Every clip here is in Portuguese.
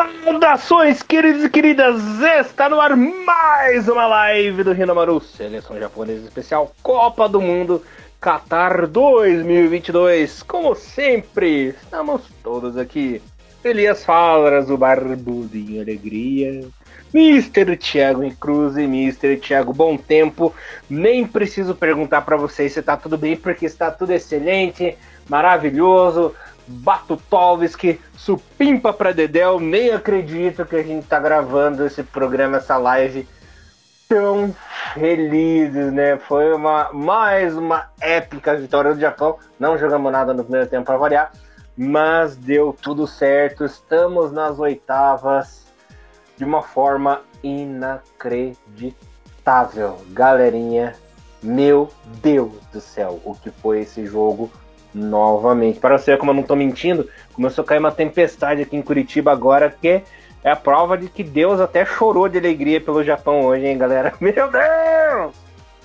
Saudações, queridos e queridas! Está no ar mais uma live do Hinomaru, seleção japonesa especial Copa do Mundo Qatar 2022. Como sempre, estamos todos aqui. Elias Falas, o Barbudinho Alegria, Mr. Thiago Cruz e Mr. Thiago Bom Tempo. Nem preciso perguntar para vocês se está tudo bem, porque está tudo excelente, maravilhoso. Batutovski, supimpa pra Dedéu, nem acredito que a gente tá gravando esse programa, essa live tão felizes, né? Foi mais uma épica vitória do Japão. Não jogamos nada no primeiro tempo para variar, mas deu tudo certo. Estamos nas oitavas de uma forma inacreditável. Galerinha, meu Deus do céu, o que foi esse jogo? Novamente, para você ver como eu não tô mentindo, começou a cair uma tempestade aqui em Curitiba agora, que é a prova de que Deus até chorou de alegria pelo Japão hoje, hein, galera? Meu Deus!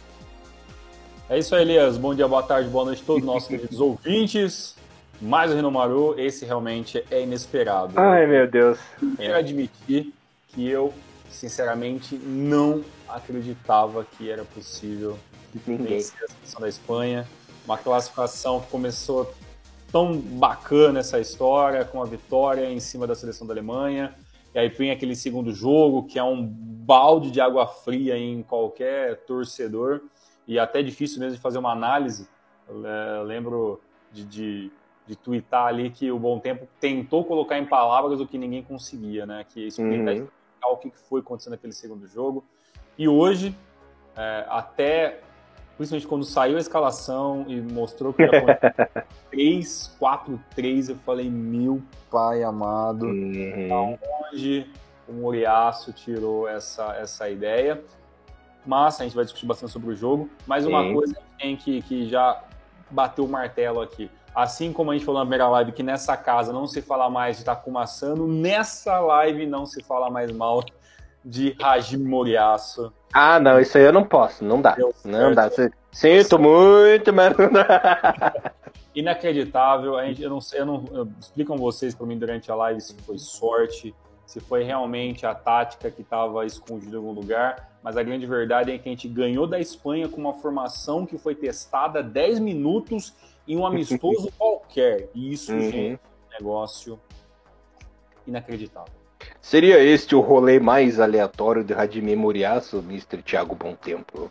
É isso aí, Elias. Bom dia, boa tarde, boa noite a todos os nossos queridos ouvintes. Mais um Hinomaru, esse realmente é inesperado. Ai, meu Deus. Quero admitir que eu, sinceramente, não acreditava que era possível vencer a seleção da Espanha. Uma classificação que começou tão bacana essa história, com a vitória em cima da seleção da Alemanha. E aí vem aquele segundo jogo, que é um balde de água fria em qualquer torcedor. E até difícil mesmo de fazer uma análise. Eu lembro de tuitar ali que o Bom Tempo tentou colocar em palavras o que ninguém conseguia, né? Que explicar o que foi acontecendo naquele segundo jogo. E hoje, até... principalmente quando saiu a escalação e mostrou que ia 3-4-3, eu falei, meu pai amado, aonde o Moriaço tirou essa ideia. Mas a gente vai discutir bastante sobre o jogo. Mas uma coisa que já bateu o martelo aqui. Assim como a gente falou na primeira live que nessa casa não se fala mais de Takuma Asano, nessa live não se fala mais mal de Hajime Moriaço. Ah, não, isso aí eu não posso, não dá. Não dá. Sinto muito, mas não dá. Inacreditável. Explicam vocês para mim durante a live se foi sorte, se foi realmente a tática que estava escondida em algum lugar, mas a grande verdade é que a gente ganhou da Espanha com uma formação que foi testada 10 minutos em um amistoso qualquer. E isso, gente, é um negócio inacreditável. Seria este o rolê mais aleatório de Hajime Moriaço, Mr. Thiago Bom Tempo?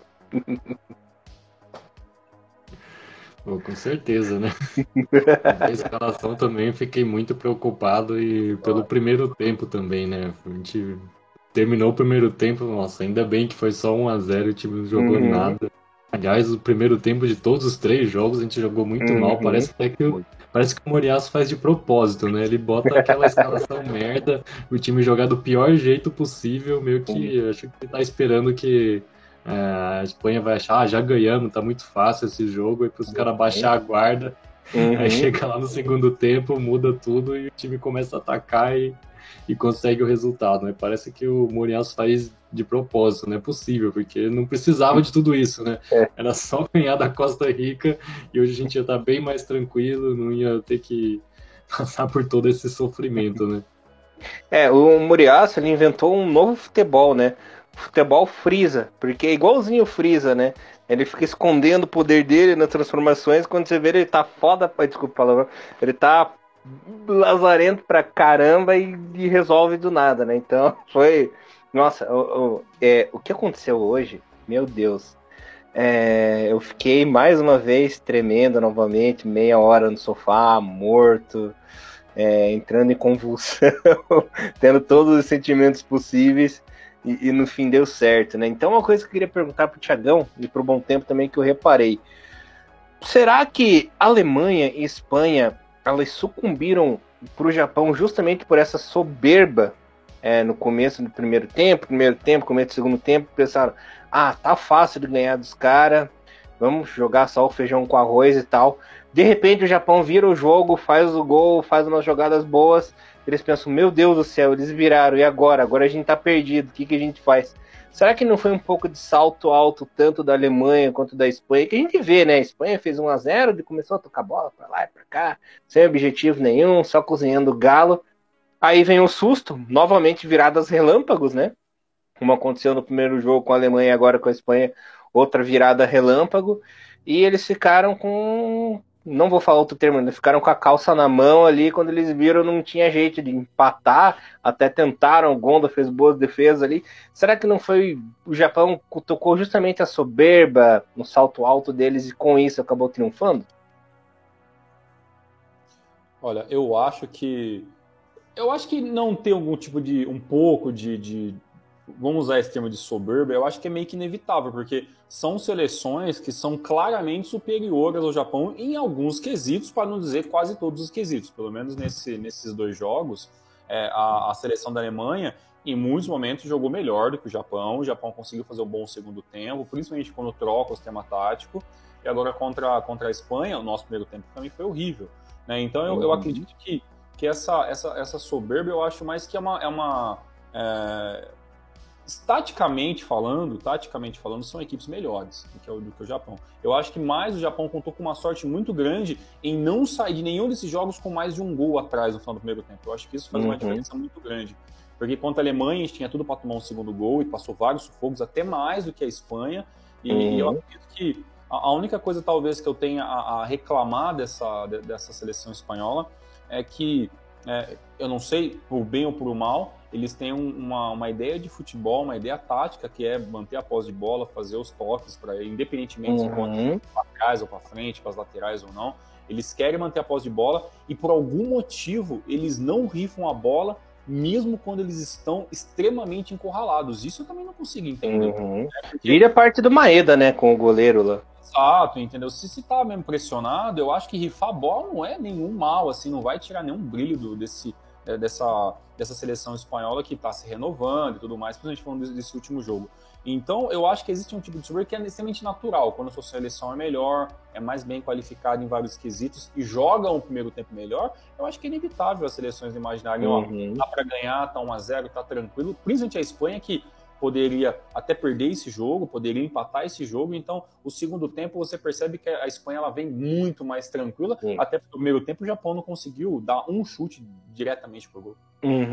Pô, com certeza, né? A escalação também fiquei muito preocupado e pelo primeiro tempo também, né? A gente terminou o primeiro tempo, nossa, ainda bem que foi só 1-0, o time não jogou nada. Aliás, o primeiro tempo de todos os 3 jogos a gente jogou muito mal, parece que o Moriaço faz de propósito, né? Ele bota aquela escalação merda, o time jogar do pior jeito possível, meio que acho que ele tá esperando que a Espanha vai achar, já ganhamos, tá muito fácil esse jogo, e pros caras baixar a guarda, aí chega lá no segundo tempo, muda tudo e o time começa a atacar e consegue o resultado, né? Parece que o Moriaço faz de propósito, não é possível, porque ele não precisava de tudo isso, né? Era só ganhar da Costa Rica e hoje a gente ia estar bem mais tranquilo, não ia ter que passar por todo esse sofrimento, né? O Moriaço, ele inventou um novo futebol, né? Futebol Freeza, porque é igualzinho o Freeza, né? Ele fica escondendo o poder dele nas transformações, quando você vê ele tá foda, desculpa a palavra, ele tá lazarento pra caramba e resolve do nada, né? Então foi... Nossa, o que aconteceu hoje, meu Deus, eu fiquei mais uma vez tremendo novamente, meia hora no sofá, morto, entrando em convulsão, tendo todos os sentimentos possíveis, e no fim deu certo, né? Então uma coisa que eu queria perguntar pro Thiagão, e pro Bom Tempo também, que eu reparei, será que Alemanha e Espanha, elas sucumbiram pro Japão justamente por essa soberba no começo do primeiro tempo, começo do segundo tempo, pensaram, tá fácil de ganhar dos caras, vamos jogar só o feijão com arroz e tal. De repente o Japão vira o jogo, faz o gol, faz umas jogadas boas, eles pensam, meu Deus do céu, eles viraram, e agora? Agora a gente tá perdido, o que a gente faz? Será que não foi um pouco de salto alto, tanto da Alemanha quanto da Espanha? Que a gente vê, né? A Espanha fez 1-0, começou a tocar bola pra lá e pra cá, sem objetivo nenhum, só cozinhando galo. Aí vem o susto, novamente viradas relâmpagos, né? Como aconteceu no primeiro jogo com a Alemanha e agora com a Espanha, outra virada relâmpago. E eles ficaram com. Não vou falar outro termo, eles ficaram com a calça na mão ali quando eles viram não tinha jeito de empatar, até tentaram, o Gonda fez boas defesas ali. Será que não foi o Japão tocou justamente a soberba no salto alto deles e com isso acabou triunfando? Olha, eu acho que não tem algum tipo de um pouco de vamos usar esse termo de soberba, eu acho que é meio que inevitável, porque são seleções que são claramente superiores ao Japão em alguns quesitos, para não dizer quase todos os quesitos. Pelo menos nesses dois jogos, a seleção da Alemanha, em muitos momentos, jogou melhor do que o Japão. O Japão conseguiu fazer um bom segundo tempo, principalmente quando troca o sistema tático. E agora contra a Espanha, o nosso primeiro tempo também foi horrível. Né? Então eu acredito que essa soberba, eu acho mais que taticamente falando, são equipes melhores do que o Japão. Eu acho que mais o Japão contou com uma sorte muito grande em não sair de nenhum desses jogos com mais de um gol atrás no final do primeiro tempo. Eu acho que isso faz uma diferença muito grande. Porque contra a Alemanha, a gente tinha tudo para tomar um segundo gol e passou vários sufocos, até mais do que a Espanha. E eu acredito que a única coisa, talvez, que eu tenha a reclamar dessa seleção espanhola é que, eu não sei, por bem ou por mal, eles têm uma ideia de futebol, uma ideia tática, que é manter a posse de bola, fazer os toques, independentemente se for para trás ou para frente, para as laterais ou não. Eles querem manter a posse de bola e, por algum motivo, eles não rifam a bola, mesmo quando eles estão extremamente encurralados. Isso eu também não consigo entender. Porque... Vira parte do Maeda, né, com o goleiro lá. Exato, entendeu? Se tá mesmo pressionado, eu acho que rifar a bola não é nenhum mal, assim, não vai tirar nenhum brilho dessa seleção espanhola que está se renovando e tudo mais, principalmente falando desse último jogo. Então, eu acho que existe um tipo de soberba que é extremamente natural. Quando a sua seleção é melhor, é mais bem qualificada em vários quesitos e joga um primeiro tempo melhor, eu acho que é inevitável as seleções imaginarem, ó, dá para ganhar, tá 1-0, tá tranquilo. Principalmente a Espanha, que poderia até perder esse jogo, poderia empatar esse jogo. Então, o segundo tempo, você percebe que a Espanha ela vem muito mais tranquila, até porque no primeiro tempo o Japão não conseguiu dar um chute diretamente pro gol.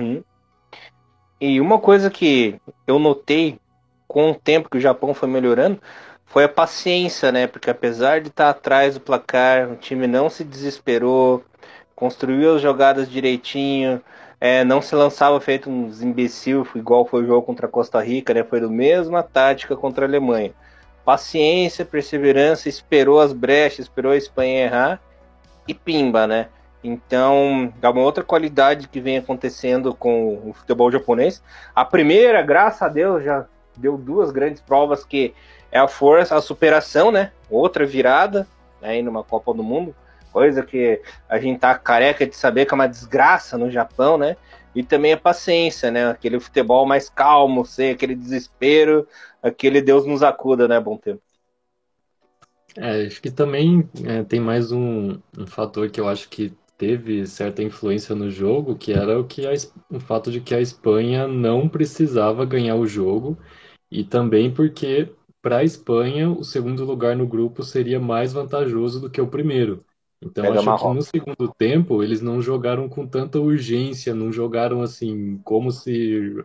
E uma coisa que eu notei com o tempo que o Japão foi melhorando foi a paciência, né? Porque apesar de estar atrás do placar, o time não se desesperou, construiu as jogadas direitinho, não se lançava feito uns imbecil, igual foi o jogo contra a Costa Rica, né? Foi a mesma tática contra a Alemanha. Paciência, perseverança, esperou as brechas, esperou a Espanha errar e pimba, né? Então, é uma outra qualidade que vem acontecendo com o futebol japonês. A primeira, graças a Deus, já deu duas grandes provas, que é a força, a superação, né? Outra virada, né? Numa Copa do Mundo, coisa que a gente tá careca de saber que é uma desgraça no Japão, né? E também a paciência, né? Aquele futebol mais calmo, sem aquele desespero, aquele Deus nos acuda, né, Bom Tempo? Acho que também tem mais um fator que eu acho que teve certa influência no jogo, que era o fato de que a Espanha não precisava ganhar o jogo, e também porque, para a Espanha, o segundo lugar no grupo seria mais vantajoso do que o primeiro. Então, acho que no segundo tempo eles não jogaram com tanta urgência, não jogaram assim, como se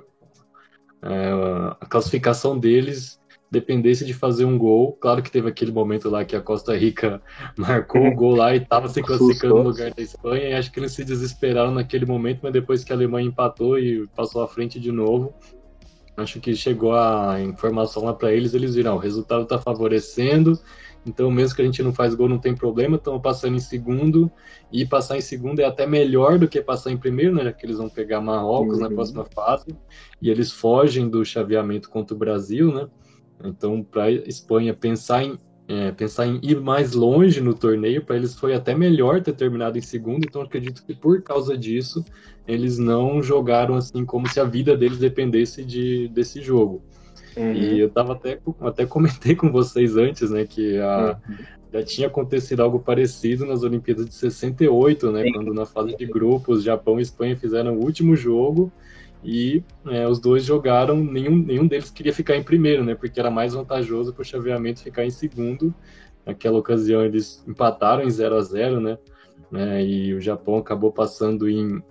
a classificação deles dependesse de fazer um gol. Claro que teve aquele momento lá que a Costa Rica marcou o gol lá e estava se classificando no lugar da Espanha, e acho que eles se desesperaram naquele momento, mas depois que a Alemanha empatou e passou à frente de novo, acho que chegou a informação lá para eles, eles viram, o resultado está favorecendo, então mesmo que a gente não faz gol não tem problema, estamos passando em segundo, e passar em segundo é até melhor do que passar em primeiro, né, já que eles vão pegar Marrocos na próxima fase, e eles fogem do chaveamento contra o Brasil, né? Então, para a Espanha pensar em ir mais longe no torneio, para eles foi até melhor ter terminado em segundo, então acredito que por causa disso eles não jogaram assim como se a vida deles dependesse desse jogo. E eu até comentei com vocês antes, né, que já tinha acontecido algo parecido nas Olimpíadas de 68, né, quando na fase de grupos Japão e Espanha fizeram o último jogo e os dois jogaram, nenhum deles queria ficar em primeiro, né, porque era mais vantajoso para o chaveamento ficar em segundo. Naquela ocasião eles empataram em 0-0, né, e o Japão acabou passando em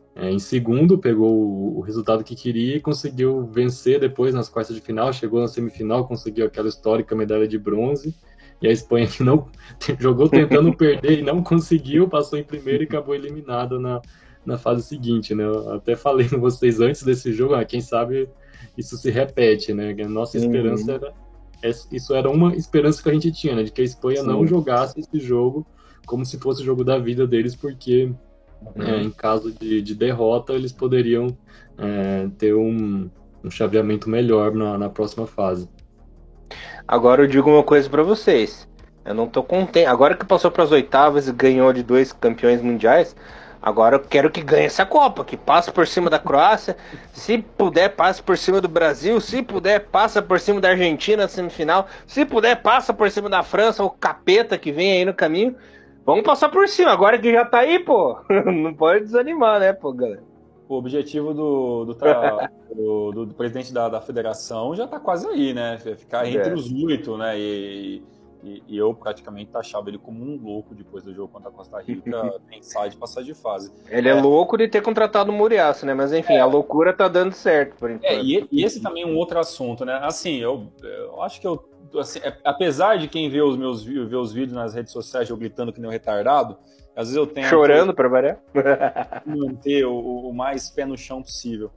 em segundo, pegou o resultado que queria e conseguiu vencer depois nas quartas de final, chegou na semifinal, conseguiu aquela histórica medalha de bronze, e a Espanha que não jogou tentando perder e não conseguiu, passou em primeiro e acabou eliminada na fase seguinte, né? Eu até falei com vocês antes desse jogo, quem sabe isso se repete, né? A nossa esperança era isso, era uma esperança que a gente tinha, né? De que a Espanha não jogasse esse jogo como se fosse o jogo da vida deles, porque em caso de derrota, eles poderiam ter um chaveamento melhor na próxima fase. Agora eu digo uma coisa pra vocês. Eu não tô contente. Agora que passou pras oitavas e ganhou de 2 campeões mundiais, agora eu quero que ganhe essa Copa, que passe por cima da Croácia. Se puder, passe por cima do Brasil. Se puder, passa por cima da Argentina na semifinal. Se puder, passa por cima da França, o capeta que vem aí no caminho. Vamos passar por cima, agora que já tá aí, pô. Não pode desanimar, né, pô, galera? O objetivo do presidente da federação já está quase aí, né? Ficar entre os 8, né? E eu praticamente taxava ele como um louco depois do jogo contra a Costa Rica, pensar de passar de fase. Ele é louco de ter contratado o Muriaço, né? Mas enfim, a loucura tá dando certo por enquanto. E esse também é um outro assunto, né? Assim, eu acho que assim, apesar de quem vê os vídeos nas redes sociais eu gritando que nem um retardado, às vezes eu tenho chorando para variar, manter o mais pé no chão possível.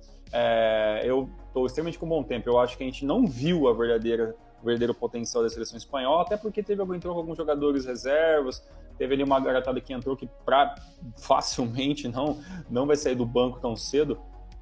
Eu estou extremamente com bom tempo. Eu acho que a gente não viu o verdadeiro potencial da seleção espanhola, até porque entrou com alguns jogadores reservas, teve ali uma garotada que entrou que facilmente não vai sair do banco tão cedo.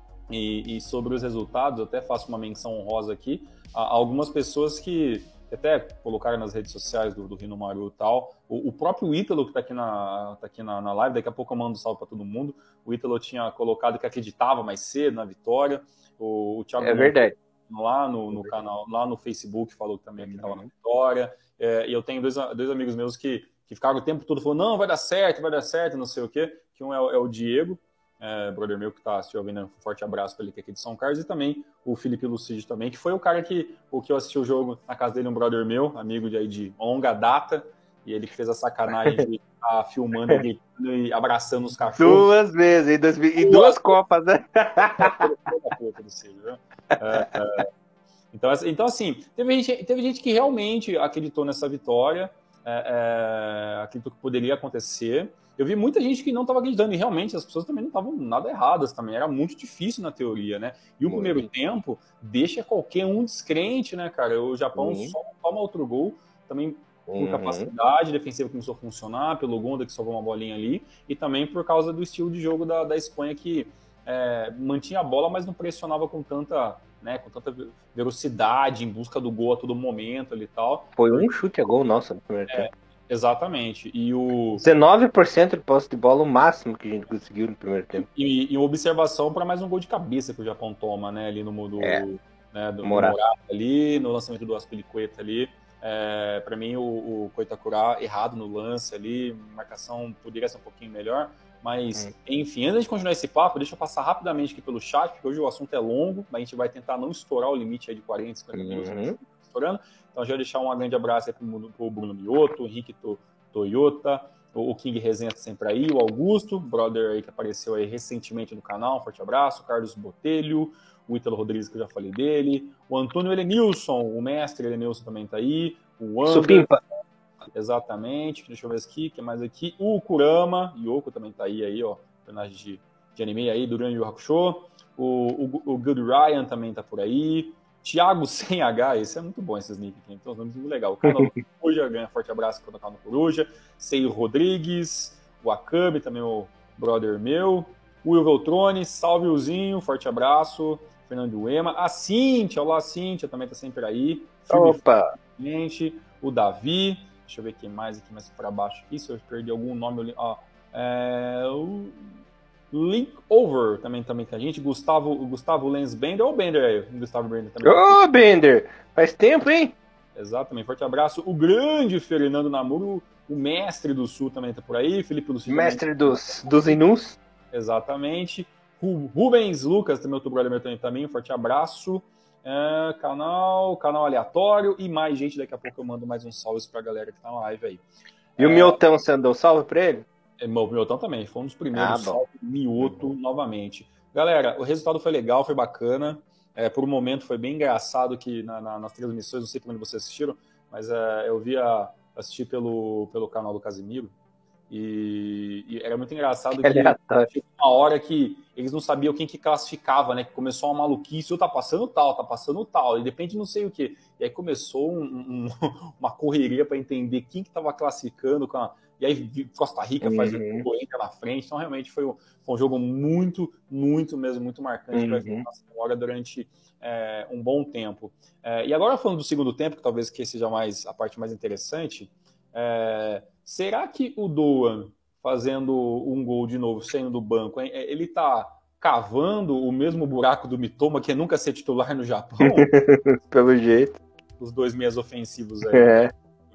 E sobre os resultados, eu até faço uma menção honrosa aqui a algumas pessoas que até colocaram nas redes sociais do Rino Maru e tal. O próprio Ítalo, que tá aqui na live, daqui a pouco eu mando um salve para todo mundo. O Ítalo tinha colocado que acreditava mais cedo na vitória. O Thiago verdade. Lá no canal, lá no Facebook, falou que também acreditava na vitória. E eu tenho dois amigos meus que ficaram o tempo todo falando, não, vai dar certo, não sei o quê. Que um é o Diego, brother meu que tá ouvindo, um forte abraço para ele que é aqui de São Carlos, e também o Felipe Lucide também, que foi o cara que eu assisti o jogo na casa dele, um brother meu, amigo de longa data, e ele que fez a sacanagem de estar filmando, gritando e abraçando os cachorros. 2 vezes, em 2 Copas, né? Então, assim, teve gente que realmente acreditou nessa vitória, acreditou que poderia acontecer. Eu vi muita gente que não estava acreditando, e realmente as pessoas também não estavam nada erradas também, era muito sofícil na teoria, né? E o primeiro tempo deixa qualquer um descrente, né, cara? O Japão só toma outro gol, também por capacidade defensiva que começou a funcionar, pelo Gonda que salvou uma bolinha ali, e também por causa do estilo de jogo da Espanha que mantinha a bola, mas não pressionava com tanta velocidade, em busca do gol a todo momento ali e tal. Foi um chute a gol, nossa, no primeiro tempo. Exatamente. 19% de posse de bola, o máximo que a gente conseguiu no primeiro tempo. E observação para mais um gol de cabeça que o Japão toma, né? Ali no Morata ali, no lançamento do Aspilicueta ali. Para mim, o Koitakura errado no lance ali, marcação poderia ser um pouquinho melhor. Mas, enfim, antes de continuar esse papo, deixa eu passar rapidamente aqui pelo chat, porque hoje o assunto é longo, mas a gente vai tentar não estourar o limite aí de 40, 50 minutos estourando. Então, já vou deixar um grande abraço aí pro Bruno Mioto, o Henrique Toyota, o King Resenha tá sempre aí, o Augusto, brother aí que apareceu aí recentemente no canal, um forte abraço, o Carlos Botelho, o Ítalo Rodrigues, que eu já falei dele, o Antônio Elenilson, o mestre Elenilson também tá aí, o André, Supimpa. Exatamente, deixa eu ver aqui, o que mais aqui, o Kurama, Yoko também tá aí, ó, personagem de anime aí, Duran Yu Hakusho, o Good Ryan também tá por aí, Thiago sem H, esse é muito bom, esses nick aqui, então os nomes muito legal. O canal do Coruja, ganha forte abraço para o canal do Coruja. Seio Rodrigues, o Akabe, também o brother meu. O Will Veltrone, salve Uzinho, forte abraço. Fernando Ema. A Cíntia, olá Cíntia, também tá sempre aí. Opa! O Davi, deixa eu ver quem mais aqui mais para baixo aqui, se eu perdi algum nome. O Link Over também com a gente. Gustavo Lenz Bender. Ô, Bender aí. Gustavo Bender também. Ô, Bender! Faz tempo, hein? Exatamente. Forte abraço. O grande Fernando Namuro, o mestre do Sul também tá por aí. Felipe Luciano. Mestre dos Inus. Exatamente. Rubens Lucas, também outro brother meu também. Forte abraço. Canal aleatório e mais gente. Daqui a pouco eu mando mais uns salves pra galera que tá na live aí. E o Miotão, você andou salve pra ele? Miotão também, foi um dos primeiros, bom. Mioto novamente. Galera, o resultado foi legal, foi bacana. Por um momento foi bem engraçado que nas transmissões, não sei como vocês assistiram, mas eu assisti pelo canal do Casimiro. E era muito engraçado que chegou uma hora que eles não sabiam quem que classificava, né? Que começou uma maluquice, tá passando tal, e depende de não sei o quê. E aí começou uma correria para entender quem que estava classificando. E aí Costa Rica faz um gol, entra na frente. Então realmente foi um jogo muito, muito mesmo, muito marcante para a nossa memória durante um bom tempo. E agora falando do segundo tempo, que talvez que seja a parte mais interessante, será que o Doan, fazendo um gol de novo, saindo do banco, ele está cavando o mesmo buraco do Mitoma, que é nunca ser titular no Japão? Pelo jeito. Os dois meias ofensivos aí.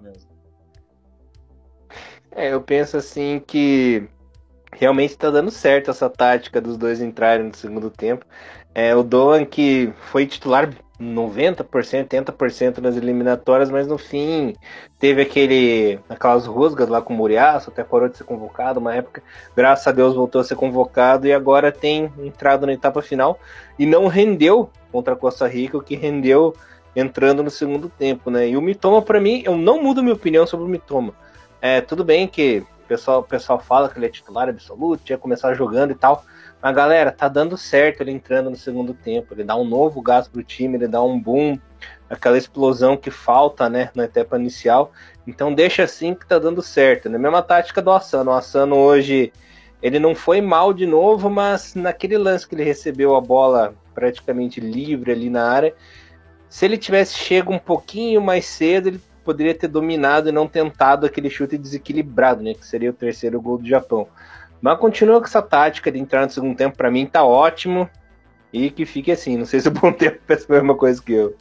Eu penso assim que realmente está dando certo essa tática dos dois entrarem no segundo tempo. O Doan, que foi titular 90%, 80% nas eliminatórias, mas no fim teve aquelas rusgas lá com o Muriaço, até parou de ser convocado uma época, graças a Deus voltou a ser convocado e agora tem entrado na etapa final e não rendeu contra a Costa Rica, o que rendeu entrando no segundo tempo, né? E o Mitoma, para mim, eu não mudo minha opinião sobre o Mitoma. Tudo bem que o pessoal fala que ele é titular absoluto, ia começar jogando e tal, mas galera, tá dando certo ele entrando no segundo tempo, ele dá um novo gás pro time, ele dá um boom, aquela explosão que falta, né, na etapa inicial, então deixa assim que tá dando certo, né, mesma tática do Asano. O Asano hoje, ele não foi mal de novo, mas naquele lance que ele recebeu a bola praticamente livre ali na área, se ele tivesse chego um pouquinho mais cedo, ele poderia ter dominado e não tentado aquele chute desequilibrado, né, que seria o terceiro gol do Japão. Mas continua com essa tática de entrar no segundo tempo, para mim tá ótimo, e que fique assim. Não sei se o Bom Tempo pensa a mesma coisa que eu.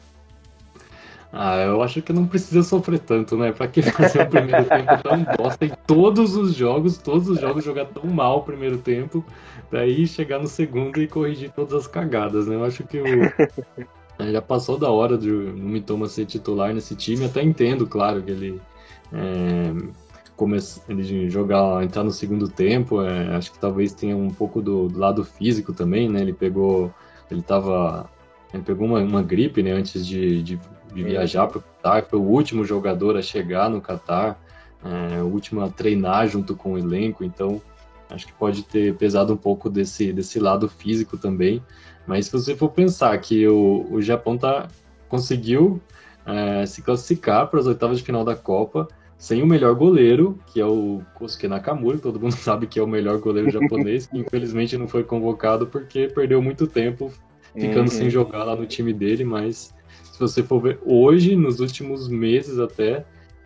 Eu acho que não precisa sofrer tanto, né? Pra que fazer o primeiro tempo tão bosta em todos os jogos jogar tão mal o primeiro tempo, daí chegar no segundo e corrigir todas as cagadas, né? Eu acho que já passou da hora do Mitoma ser titular nesse time, até entendo, claro, que ele entrar no segundo tempo, acho que talvez tenha um pouco do lado físico também, né? Ele pegou uma gripe, né, antes de viajar para o Catar, foi o último jogador a chegar no Catar, o último a treinar junto com o elenco, então acho que pode ter pesado um pouco desse lado físico também. Mas se você for pensar que o Japão conseguiu se classificar para as oitavas de final da Copa sem o melhor goleiro, que é o Kosuke Nakamura, todo mundo sabe que é o melhor goleiro japonês, que infelizmente não foi convocado porque perdeu muito tempo ficando sem jogar lá no time dele, mas se você for ver hoje, nos últimos meses até,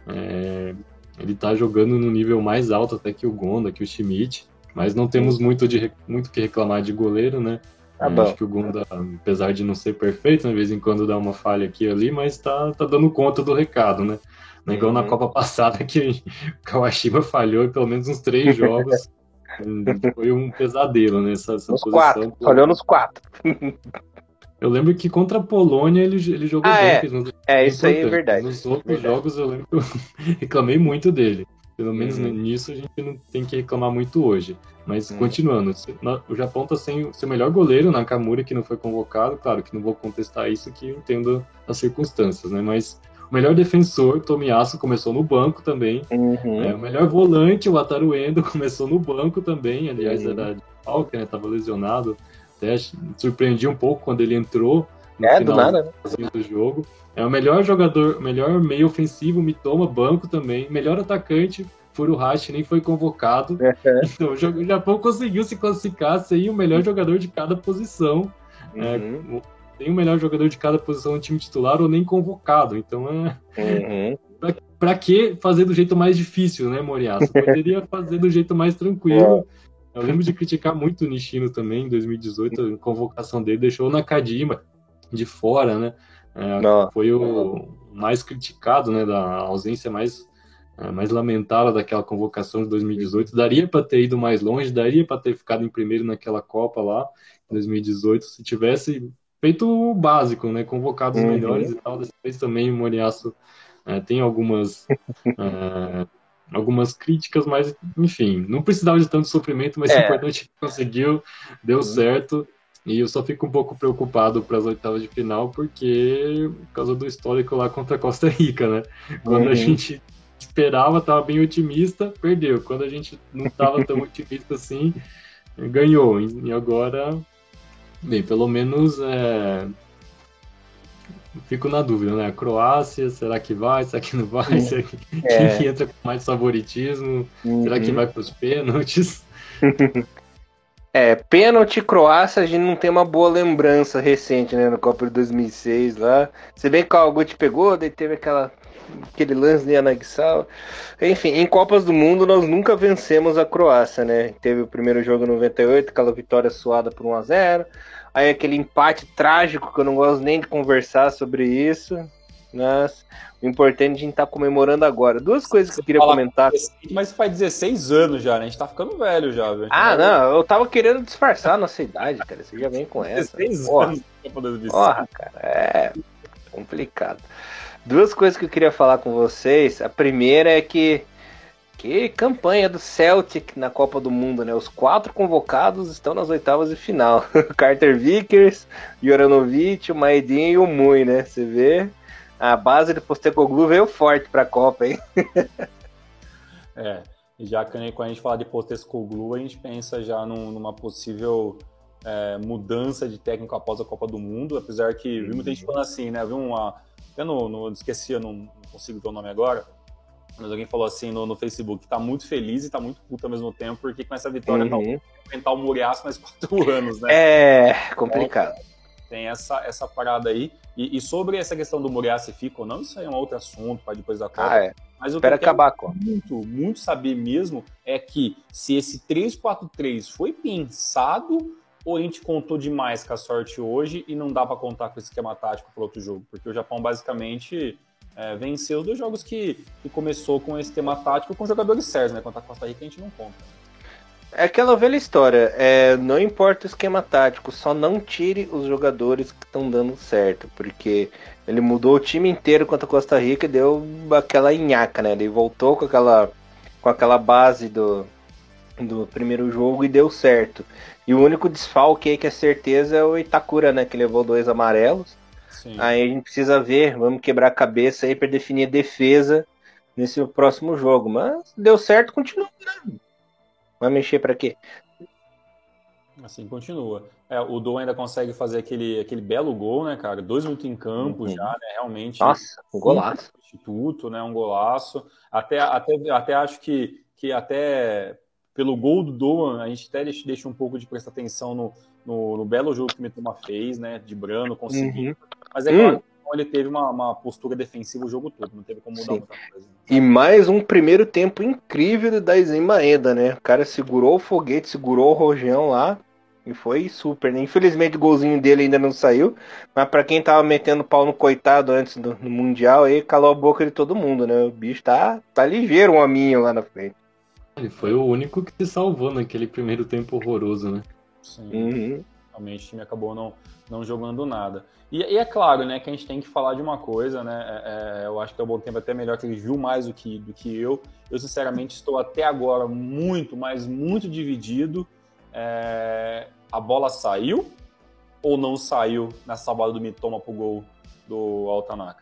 ele está jogando no nível mais alto até que o Gonda, que o Schmidt, mas não temos muito que reclamar de goleiro, né? Acho que o Gonda, apesar de não ser perfeito, de vez em quando dá uma falha aqui e ali, mas tá dando conta do recado, né? Não é igual na Copa passada que o Kawashima falhou em pelo menos uns 3 jogos. Foi um pesadelo, né? Essa posição. 4, falhou nos 4. Eu lembro que contra a Polônia ele jogou bem. Isso aí é verdade. Nos outros jogos eu lembro que eu reclamei muito dele. Pelo menos nisso a gente não tem que reclamar muito hoje. Mas continuando, o Japão está sem seu melhor goleiro, Nakamura, que não foi convocado. Claro que não vou contestar isso, que eu entendo as circunstâncias, né? Mas o melhor defensor, Tomiyasu, começou no banco também. O melhor volante, o Wataru Endo, começou no banco também. Aliás, era de falca, né? Estava lesionado. Até surpreendi um pouco quando ele entrou no final do nada, né? Do jogo. O melhor jogador, melhor meio ofensivo, Mitoma, banco também. Melhor atacante, Furuhashi, nem foi convocado. Então o Japão conseguiu se classificar sem o melhor jogador de cada posição. Tem o melhor jogador de cada posição no time titular ou nem convocado. Então pra que fazer do jeito mais difícil, né, Moriaço? Poderia fazer do jeito mais tranquilo. Eu lembro de criticar muito o Nishino também, em 2018, a convocação dele deixou o Nakajima de fora, né? Foi o mais criticado, né, da ausência mais lamentável daquela convocação de 2018. Daria para ter ido mais longe, daria para ter ficado em primeiro naquela Copa lá, em 2018, se tivesse feito o básico, né, convocado os melhores e tal. Dessa vez também o Moriaço tem algumas algumas críticas, mas, enfim, não precisava de tanto sofrimento, mas o importante é que conseguiu, deu certo. E eu só fico um pouco preocupado para as oitavas de final, porque por causa do histórico lá contra a Costa Rica, né? Quando a gente esperava, estava bem otimista, perdeu. Quando a gente não estava tão otimista assim, ganhou. E agora, bem, pelo menos fico na dúvida, né? A Croácia, será que vai? Será que não vai? Será que... Quem entra com mais favoritismo? Será que vai para os pênaltis? Pênalti Croácia, a gente não tem uma boa lembrança recente, né? No Copa de 2006 lá. Se bem que o Augusto pegou, daí teve aquele lance de Anaguissal. Enfim, em Copas do Mundo nós nunca vencemos a Croácia, né? Teve o primeiro jogo em 98, aquela vitória suada por 1-0. Aí aquele empate trágico, que eu não gosto nem de conversar sobre isso. Mas o importante é a gente estar comemorando agora. Duas coisas que eu queria comentar. Mas faz 16 anos já, né? A gente tá ficando velho já, velho. Não, eu tava querendo disfarçar a nossa idade, cara. Você já vem com essa. 16 anos. Porra, cara, é complicado. Duas coisas que eu queria falar com vocês. A primeira é que campanha do Celtic na Copa do Mundo, né? Os 4 convocados estão nas oitavas de final. Carter Vickers, Juranovic, o Maedin e o Mui, né? Você vê, a base do Postecoglou veio forte pra Copa, hein? E já que quando a gente fala de Postecoglou, a gente pensa já numa possível mudança de técnico após a Copa do Mundo, apesar que vi muita gente falando assim, né? Eu não esqueci, eu não consigo ver o nome agora, mas alguém falou assim no Facebook, tá muito feliz e tá muito puto ao mesmo tempo, porque com essa vitória tá enfrentar o Muriaço mais 4 anos, né? É complicado. Então, tem essa parada aí. E sobre essa questão do Muriaço fica ou não, isso aí é um outro assunto para depois da Copa. Mas o que eu quero muito saber mesmo é que se esse 3-4-3 foi pensado ou a gente contou demais com a sorte hoje e não dá para contar com esse esquema tático para outro jogo, porque o Japão basicamente venceu os 2 jogos que começou com esse esquema tático com jogadores sérios, né? Contra a Costa Rica a gente não conta. É aquela velha história, não importa o esquema tático, só não tire os jogadores que estão dando certo, porque ele mudou o time inteiro contra a Costa Rica e deu aquela nhaca, né? Ele voltou com aquela base do primeiro jogo e deu certo. E o único desfalque aí que é certeza é o Itakura, né? Que levou 2 amarelos. Sim. Aí a gente precisa ver, vamos quebrar a cabeça aí para definir a defesa nesse próximo jogo. Mas deu certo, continua. Vai mexer para quê? Assim continua. O Dom ainda consegue fazer aquele belo gol, né, cara? 2 minutos em campo já, né? Realmente. Nossa, um golaço. Substituto, né? Um golaço. Até acho que até pelo gol do Doan, a gente até deixa um pouco de prestar atenção no belo jogo que o Mitoma fez, né? De Brano, conseguiu. Mas é claro que ele teve uma postura defensiva o jogo todo, não teve como mudar muita coisa. E mais um primeiro tempo incrível do Daisen Maeda, né? O cara segurou o foguete, segurou o rojão lá e foi super, né? Infelizmente o golzinho dele ainda não saiu, mas pra quem tava metendo pau no coitado antes do Mundial, aí calou a boca de todo mundo, né? O bicho tá ligeiro, um hominho lá na frente. Ele foi o único que se salvou naquele primeiro tempo horroroso, né? Sim, realmente o time acabou não jogando nada. E é claro, né, que a gente tem que falar de uma coisa, né, eu acho que o Bom Tempo é até melhor que ele viu mais do que eu. Eu, sinceramente, estou até agora muito, mas muito dividido. A bola saiu ou não saiu nessa bola do Mitoma pro gol do Altanaka?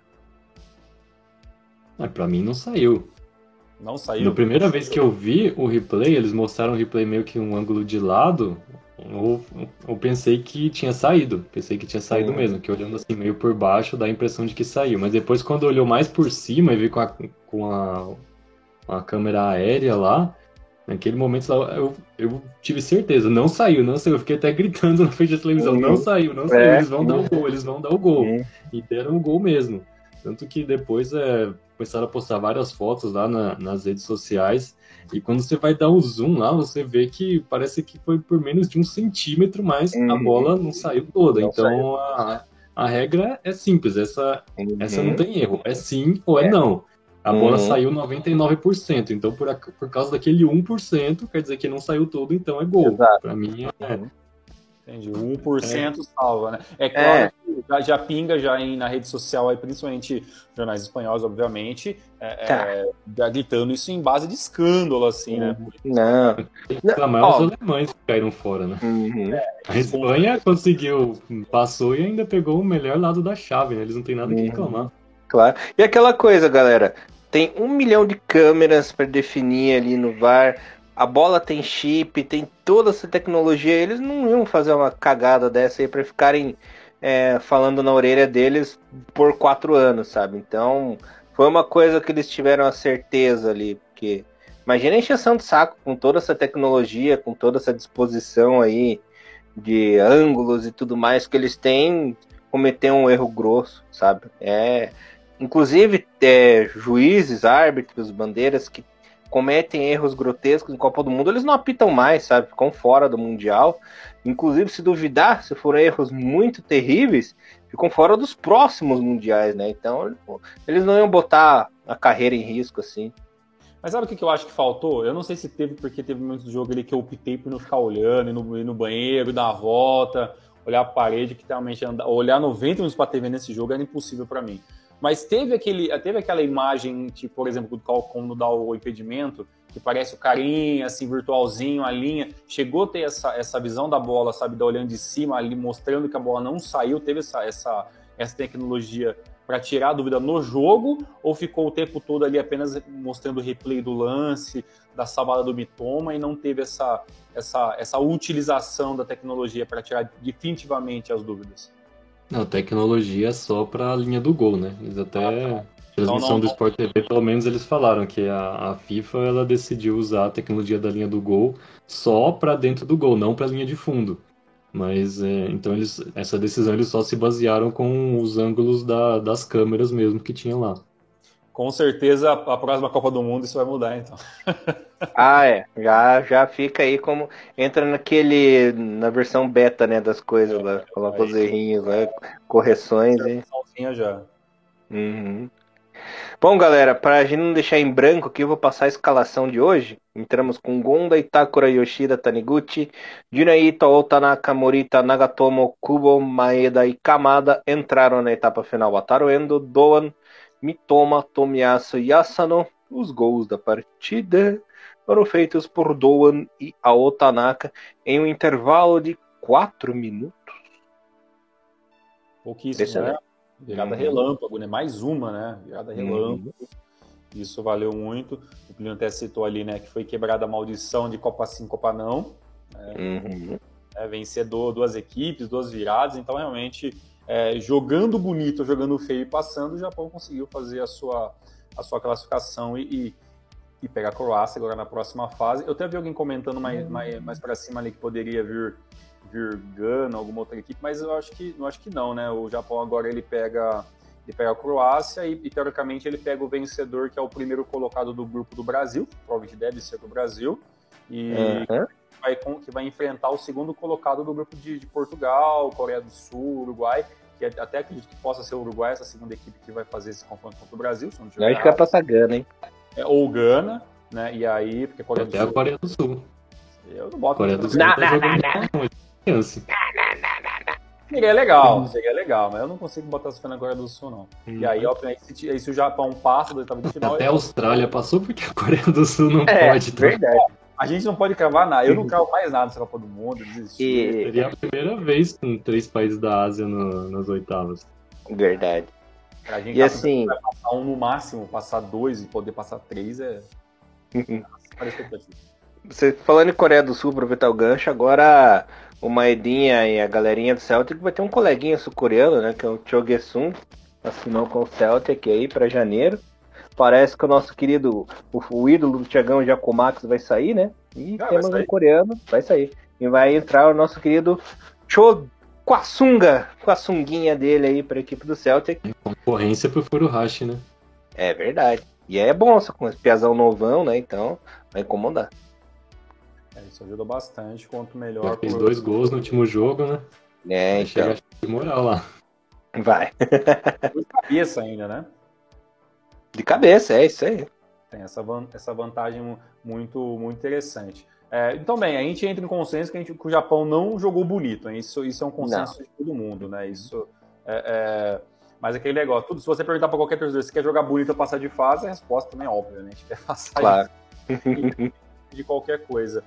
Pra mim não saiu. Não saiu? Na primeira vez que eu vi o replay, eles mostraram o replay meio que um ângulo de lado, eu pensei que tinha saído. Pensei que tinha saído mesmo, que olhando assim meio por baixo dá a impressão de que saiu. Mas depois quando olhou mais por cima e vi com a câmera aérea lá, naquele momento eu tive certeza, não saiu. Eu fiquei até gritando na frente da televisão, não saiu, eles vão dar o gol. E deram o gol mesmo. Tanto que depois começaram a postar várias fotos lá nas redes sociais. E quando você vai dar o zoom lá, você vê que parece que foi por menos de 1 centímetro, mas a bola não saiu toda. Então a regra é simples, essa não tem erro. É sim ou é não. A bola saiu 99%. Então por causa daquele 1%, quer dizer que não saiu todo, então é gol. Para mim Entendi. 1% salva, né? É claro que já pinga na rede social, aí, principalmente jornais espanhóis, obviamente, gritando isso em base de escândalo, assim, né? Não. Reclamar os alemães que caíram fora, né? Uhum. A Espanha conseguiu, passou e ainda pegou o melhor lado da chave, né? Eles não têm nada que reclamar. Claro. E aquela coisa, galera, tem 1 milhão de câmeras para definir ali no VAR, a bola tem chip, tem toda essa tecnologia, eles não iam fazer uma cagada dessa aí para ficarem falando na orelha deles por 4 anos, sabe? Então, foi uma coisa que eles tiveram a certeza ali, porque imagina a encheção de saco com toda essa tecnologia, com toda essa disposição aí de ângulos e tudo mais que eles têm, cometer um erro grosso, sabe? Inclusive, juízes, árbitros, bandeiras que cometem erros grotescos em Copa do Mundo, eles não apitam mais, sabe? Ficam fora do Mundial. Inclusive, se duvidar, se forem erros muito terríveis, ficam fora dos próximos Mundiais, né? Então, eles não iam botar a carreira em risco, assim. Mas sabe o que eu acho que faltou? Eu não sei se teve, porque teve muito jogo ali que eu optei por não ficar olhando, ir no banheiro, dar uma volta, olhar a parede, que realmente olhar 90 minutos para a TV nesse jogo era impossível para mim. Mas teve aquela imagem, tipo, por exemplo, do Calcom dá o impedimento, que parece o carinha, assim, virtualzinho, a linha. Chegou a ter essa visão da bola, sabe, da olhando de cima ali, mostrando que a bola não saiu, teve essa tecnologia para tirar a dúvida no jogo, ou ficou o tempo todo ali apenas mostrando o replay do lance, da salvada do Mitoma, e não teve essa utilização da tecnologia para tirar definitivamente as dúvidas? Não, tecnologia é só para a linha do gol, né? Eles até, transmissão do Sport TV, pelo menos eles falaram que a FIFA ela decidiu usar a tecnologia da linha do gol só para dentro do gol, não para a linha de fundo. Mas, então, essa decisão eles só se basearam com os ângulos das câmeras mesmo que tinha lá. Com certeza, a próxima Copa do Mundo isso vai mudar, então. Já fica aí como... Entra na versão beta, né, das coisas lá. Coloca os errinhos lá, correções e... já. Uhum. Bom, galera, para a gente não deixar em branco aqui, eu vou passar a escalação de hoje. Entramos com Gonda, Itakura, Yoshida, Taniguchi, Junaito, Otanaka, Morita, Nagatomo, Kubo, Maeda e Kamada entraram na etapa final. Wataru Endo, Doan, Mitoma, Tomiyasu e Asano. Os gols da partida foram feitos por Doan e Aotanaka em um intervalo de 4 minutos. Pouquíssimo, né? Virada relâmpago, né? Mais uma, né? Virada relâmpago. Isso valeu muito. O Plínio até citou ali, né? Que foi quebrada a maldição de Copa sim, Copa não. Vencedor, 2 equipes, 2 viradas. Então, realmente, jogando bonito, jogando feio e passando, o Japão conseguiu fazer a sua classificação e pegar a Croácia agora na próxima fase. Eu até vi alguém comentando mais para cima ali que poderia vir Gana, alguma outra equipe, mas eu acho que não, né? O Japão agora ele pega a Croácia e teoricamente ele pega o vencedor, que é o primeiro colocado do grupo do Brasil, provavelmente deve ser do Brasil, e que vai enfrentar o segundo colocado do grupo de Portugal, Coreia do Sul, Uruguai, que até acredito que possa ser o Uruguai, essa segunda equipe que vai fazer esse confronto contra o Brasil. Se não tiver acho que vai passar Gana, hein? Ou Gana, né? E aí, porque Coreia do Sul... a Coreia do Sul. Eu não boto... Coreia do Sul tá jogando chance. Seria legal, mas eu não consigo botar essa fé na Coreia do Sul, não. E aí, obviamente, se o Japão passa do oitavo de final... Até a Austrália passou porque a Coreia do Sul não pode. Verdade. A gente não pode cravar nada. Eu não cravo mais nada nessa Copa do Mundo. Seria a primeira vez com 3 países da Ásia nas oitavas. Verdade. A gente vai passar no máximo, passar 2 e poder passar 3 Você falando em Coreia do Sul, aproveitar o gancho, agora o Maedinha e a galerinha do Celtic vai ter um coleguinha sul-coreano, né, que é o Cho Ge-sung, assinou com o Celtic aí para janeiro. Parece que o nosso querido, o ídolo do Thiagão Giacomax vai sair, né? E temos um coreano, vai sair. E vai entrar o nosso querido Cho Kwasunga, com a sunguinha dele aí para a equipe do Celtic. Concorrência pro Furuhashi, né? É verdade. E é bom, só com esse piazão novão, né? Então vai incomodar. Isso ajuda bastante. Quanto melhor. Já fez 2 gols no último jogo, né? Então. Chega de moral lá. Vai. De cabeça ainda, né? De cabeça, é isso aí. Tem essa vantagem muito, muito interessante. Então, bem, a gente entra em consenso que o Japão não jogou bonito, hein? Isso é um consenso de todo mundo, né? Isso mas aquele negócio, se você perguntar para qualquer torcedor se quer jogar bonito ou passar de fase, a resposta também é óbvia, né? A gente quer passar de qualquer coisa.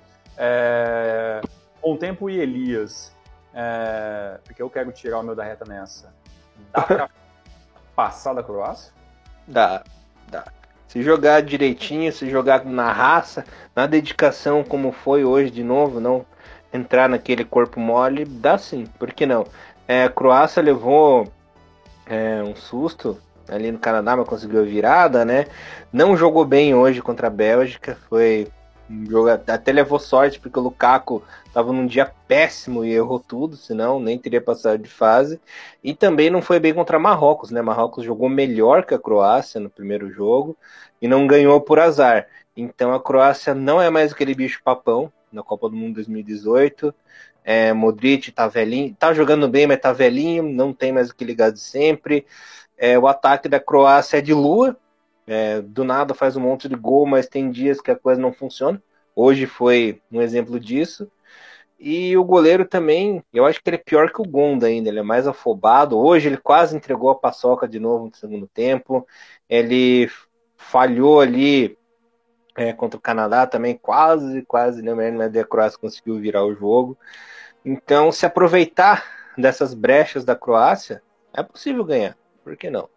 Contempo e Elias, porque eu quero tirar o meu da reta nessa. Dá pra passar da Croácia? Dá. Se jogar direitinho, se jogar na raça, na dedicação, como foi hoje de novo, não entrar naquele corpo mole, dá sim, por que não? A Croácia levou um susto ali no Canadá, mas conseguiu a virada, né? Não jogou bem hoje contra a Bélgica, foi um jogo, até levou sorte, porque o Lukaku estava num dia péssimo e errou tudo, senão nem teria passado de fase. E também não foi bem contra Marrocos, né? Marrocos jogou melhor que a Croácia no primeiro jogo e não ganhou por azar. Então a Croácia não é mais aquele bicho papão na Copa do Mundo 2018. Modric tá velhinho, tá jogando bem, mas tá velhinho, não tem mais aquele gado de sempre. O ataque da Croácia é de lua, do nada faz um monte de gol, mas tem dias que a coisa não funciona. Hoje foi um exemplo disso. E o goleiro também, eu acho que ele é pior que o Gonda ainda, ele é mais afobado. Hoje ele quase entregou a paçoca de novo no segundo tempo. Ele falhou ali contra o Canadá também, quase, né? Mas a Croácia conseguiu virar o jogo. Então, se aproveitar dessas brechas da Croácia, é possível ganhar. Por que não?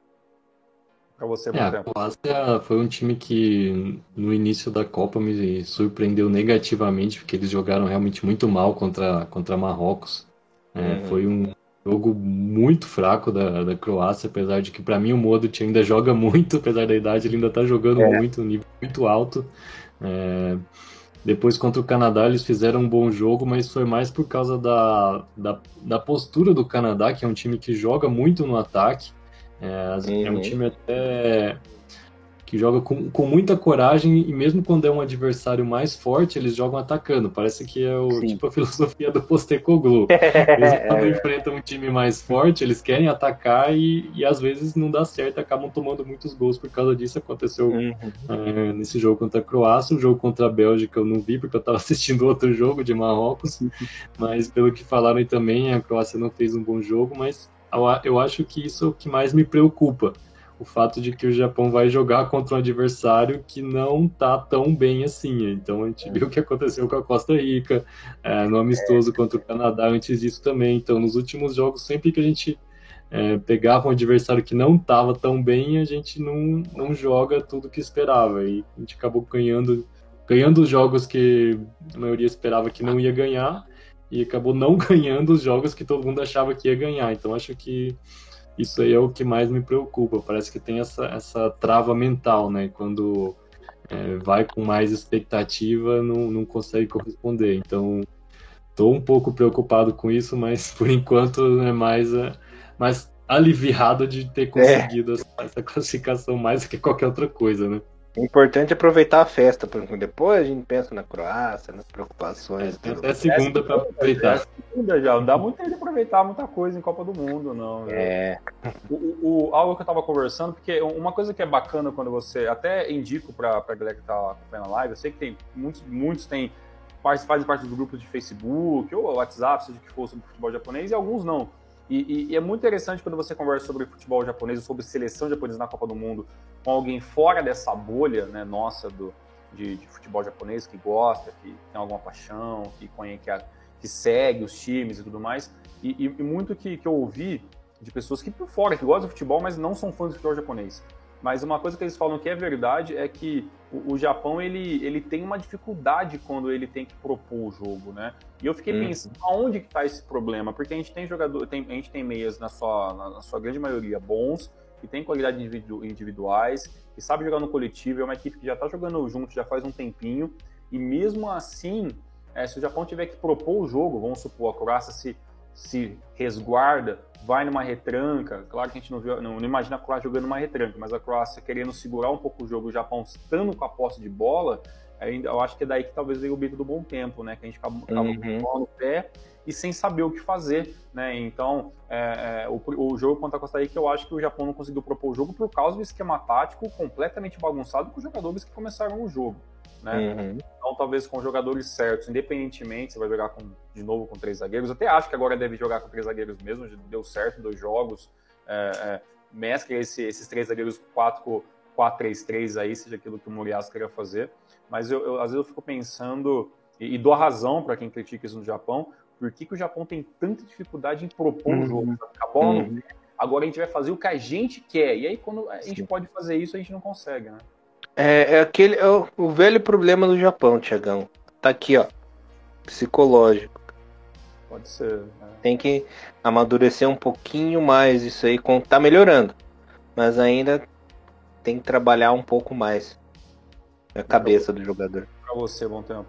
Para você, por A exemplo. Croácia foi um time que no início da Copa me surpreendeu negativamente, porque eles jogaram realmente muito mal contra Marrocos. Foi um jogo muito fraco da Croácia, apesar de que para mim o Modric ainda joga muito, apesar da idade, ele ainda está jogando muito, um nível muito alto. Depois contra o Canadá eles fizeram um bom jogo, mas foi mais por causa da postura do Canadá, que é um time que joga muito no ataque. É um time até que joga com muita coragem, e mesmo quando é um adversário mais forte, eles jogam atacando. Parece que é tipo a filosofia do Postecoglou. Mesmo quando enfrentam um time mais forte, eles querem atacar e às vezes não dá certo, acabam tomando muitos gols por causa disso. Aconteceu nesse jogo contra a Croácia. O jogo contra a Bélgica eu não vi, porque eu estava assistindo outro jogo de Marrocos, mas pelo que falaram também, a Croácia não fez um bom jogo, mas eu acho que isso é o que mais me preocupa. O fato de que o Japão vai jogar contra um adversário que não tá tão bem assim. Então a gente viu o que aconteceu com a Costa Rica, no amistoso contra o Canadá antes disso também. Então nos últimos jogos, sempre que a gente pegava um adversário que não estava tão bem, a gente não joga tudo que esperava. E a gente acabou ganhando os jogos que a maioria esperava que não ia ganhar, e acabou não ganhando os jogos que todo mundo achava que ia ganhar. Então acho que isso aí é o que mais me preocupa. Parece que tem essa trava mental, né? Quando vai com mais expectativa, não consegue corresponder. Então, estou um pouco preocupado com isso, mas por enquanto é mais aliviado de ter conseguido essa classificação mais do que qualquer outra coisa, né? O importante é aproveitar a festa, porque depois a gente pensa na Croácia, nas preocupações. Tem até segunda para aproveitar. Já não dá muito tempo de aproveitar muita coisa em Copa do Mundo, não. Algo que eu tava conversando, porque uma coisa que é bacana quando você, até indico pra galera que tá acompanhando a live, eu sei que tem muitos fazem parte dos grupos de Facebook ou WhatsApp, seja o que for, sobre futebol japonês, e alguns não. E é muito interessante quando você conversa sobre futebol japonês ou sobre seleção japonesa na Copa do Mundo com alguém fora dessa bolha, né, nossa, de futebol japonês, que gosta, que tem alguma paixão, que segue os times e tudo mais. E muito que eu ouvi de pessoas que por fora, que gostam de futebol, mas não são fãs de futebol japonês. Mas uma coisa que eles falam que é verdade é que o Japão ele tem uma dificuldade quando ele tem que propor o jogo, né? E eu fiquei pensando aonde que está esse problema, porque a gente tem a gente tem meias na sua grande maioria bons, que tem qualidades individuais, que sabe jogar no coletivo, é uma equipe que já está jogando junto já faz um tempinho, e mesmo assim, se o Japão tiver que propor o jogo, vamos supor, a Croácia se resguarda, vai numa retranca, claro que a gente não imagina a Croácia jogando uma retranca, mas a Croácia querendo segurar um pouco o jogo, o Japão estando com a posse de bola, eu acho que é daí que talvez veio o medo do bom tempo, né? Que a gente acaba com a bola no pé e sem saber o que fazer, né? Então, o jogo contra a Costa Rica, eu acho que o Japão não conseguiu propor o jogo por causa do esquema tático completamente bagunçado com os jogadores que começaram o jogo. né? Então, talvez com jogadores certos, independentemente, você vai jogar de novo com 3 zagueiros. Até acho que agora deve jogar com 3 zagueiros mesmo, deu certo 2 jogos. Mescla esses 3 zagueiros 4-3-3 aí, seja aquilo que o Moriyasu queria fazer. Mas às vezes eu fico pensando, e dou razão para quem critica isso no Japão, por que o Japão tem tanta dificuldade em propor um jogo? A bola não tem, agora a gente vai fazer o que a gente quer. E aí, quando a gente pode fazer isso, a gente não consegue, né? É o velho problema do Japão, Thiagão. Tá aqui, ó. Psicológico. Pode ser. Tem que amadurecer um pouquinho mais isso aí. Tá melhorando. Mas ainda tem que trabalhar um pouco mais a cabeça do jogador. Pra você, Bom Tempo.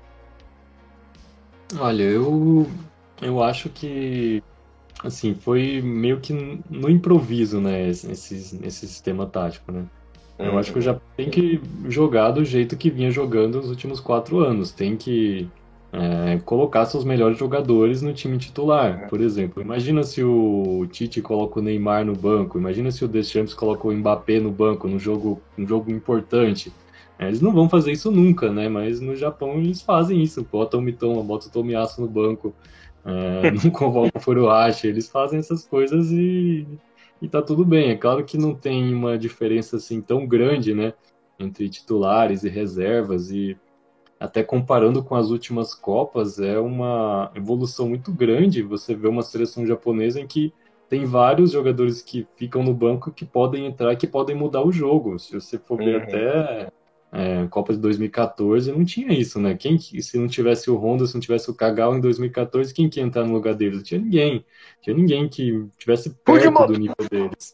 Olha, eu acho que assim, foi meio que no improviso, né, esse sistema tático, né? Eu acho que o Japão tem que jogar do jeito que vinha jogando nos últimos 4 anos. Tem que colocar seus melhores jogadores no time titular. Por exemplo, imagina se o Tite coloca o Neymar no banco, imagina se o Deschamps coloca o Mbappé no banco um jogo importante. Eles não vão fazer isso nunca, né? Mas no Japão eles fazem isso. Bota o Mitoma, bota o Tomiyasu no banco, não convoca o Furuhashi. Eles fazem essas coisas e tá tudo bem. É claro que não tem uma diferença assim tão grande, né, entre titulares e reservas, e até comparando com as últimas Copas, é uma evolução muito grande. Você vê uma seleção japonesa em que tem vários jogadores que ficam no banco que podem entrar, que podem mudar o jogo. Se você for ver até Copa de 2014, não tinha isso, né? Se não tivesse o Honda, se não tivesse o Kagawa em 2014, quem que ia entrar no lugar deles? Não tinha ninguém. Tinha ninguém que tivesse perto do nível deles.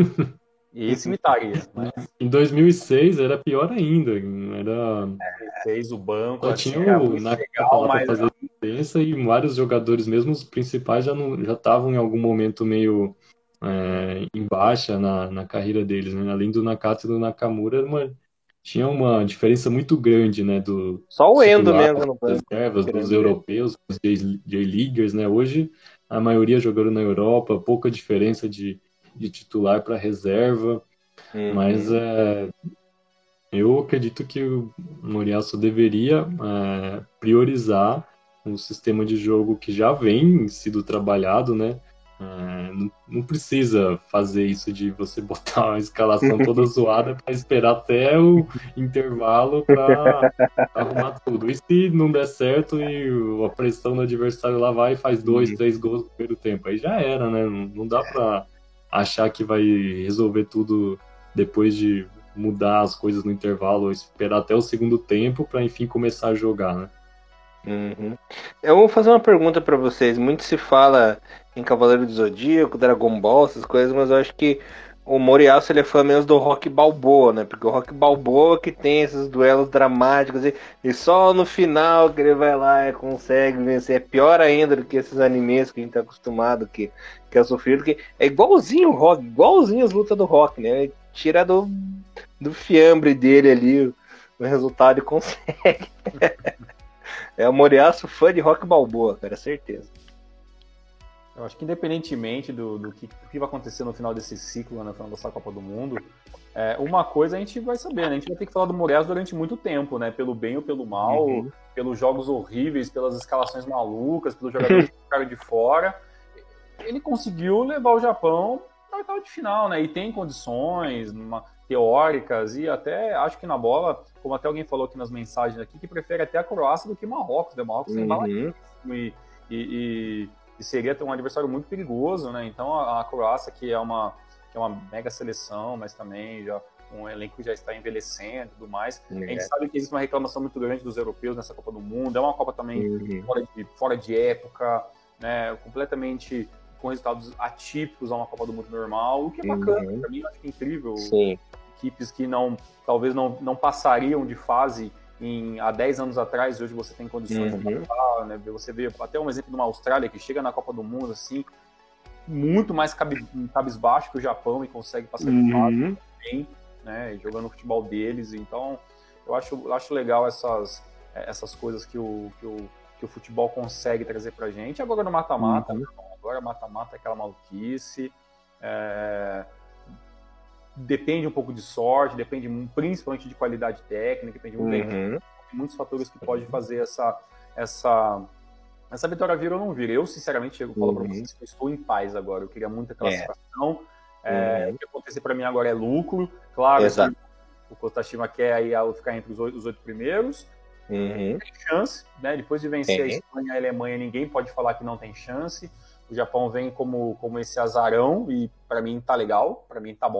E esse imitaria. Mas... Em 2006 era pior ainda. Era... fez o banco, Só assim, tinha o Nakata lá para fazer diferença e vários jogadores, mesmo os principais, já estavam em algum momento meio em baixa na carreira deles, né? Além do Nakata e do Nakamura, tinha uma diferença muito grande, né? Só o Endo titular, mesmo no das banco. reservas, dos europeus, dos J-Leaguers, né? Hoje a maioria jogando na Europa, pouca diferença de titular para reserva, mas eu acredito que o Moriyasu deveria priorizar um sistema de jogo que já vem sido trabalhado, né? Não precisa fazer isso de você botar uma escalação toda zoada para esperar até o intervalo para arrumar tudo. E se não der certo e a pressão do adversário lá vai e faz 2, 3 gols no primeiro tempo, aí já era, né? Não dá para achar que vai resolver tudo depois de mudar as coisas no intervalo, esperar até o segundo tempo para enfim começar a jogar, né? Eu vou fazer uma pergunta para vocês. Muito se fala em Cavaleiro do Zodíaco, Dragon Ball, essas coisas, mas eu acho que o Moriyasu ele é fã mesmo do Rock Balboa, né? Porque o Rock Balboa que tem esses duelos dramáticos e só no final que ele vai lá e consegue vencer. É pior ainda do que esses animes que a gente tá acostumado, que é sofrido, que é igualzinho o Rock, igualzinho as lutas do Rock, né? Ele tira do fiambre dele ali o resultado e consegue. É o Moriyasu fã de Rock Balboa, cara, certeza. Eu acho que independentemente do que vai acontecer no final desse ciclo, no final dessa Copa do Mundo, uma coisa a gente vai saber, né? A gente vai ter que falar do Moriyasu durante muito tempo, né? Pelo bem ou pelo mal, pelos jogos horríveis, pelas escalações malucas, pelos jogadores que ficaram de fora. Ele conseguiu levar o Japão para a oitava de final, né? E tem condições teóricas e até acho que na bola, como até alguém falou aqui nas mensagens aqui, que prefere até a Croácia do que Marrocos, né? Marrocos tem embaladíssimo e seria um adversário muito perigoso, né? Então a Croácia, que é uma mega seleção, mas também já um elenco que já está envelhecendo e tudo mais. A gente sabe que existe uma reclamação muito grande dos europeus nessa Copa do Mundo. É uma Copa também fora de época, né? Completamente com resultados atípicos a uma Copa do Mundo normal, o que é bacana. Para mim, eu acho que é incrível. Sim. Equipes que talvez não passariam de fase há 10 anos atrás, e hoje você tem condições de passar, né? Você vê até um exemplo de uma Austrália que chega na Copa do Mundo assim, muito mais cabisbaixo que o Japão e consegue passar de fase bem, né? Jogando o futebol deles. Então, eu acho legal essas coisas que o futebol consegue trazer pra gente. Agora no mata-mata, agora mata-mata é aquela maluquice. depende um pouco de sorte, depende principalmente de qualidade técnica, depende muito tem muitos fatores que podem fazer essa vitória vir ou não vir. Eu, sinceramente, eu falo para vocês que eu estou em paz agora. Eu queria muita classificação. O que acontecer para mim agora é lucro. Claro que o Kostashima quer aí ficar entre os 8 primeiros. Tem chance, né? Depois de vencer a Espanha e a Alemanha, ninguém pode falar que não tem chance. O Japão vem como esse azarão e para mim tá legal, para mim tá bom.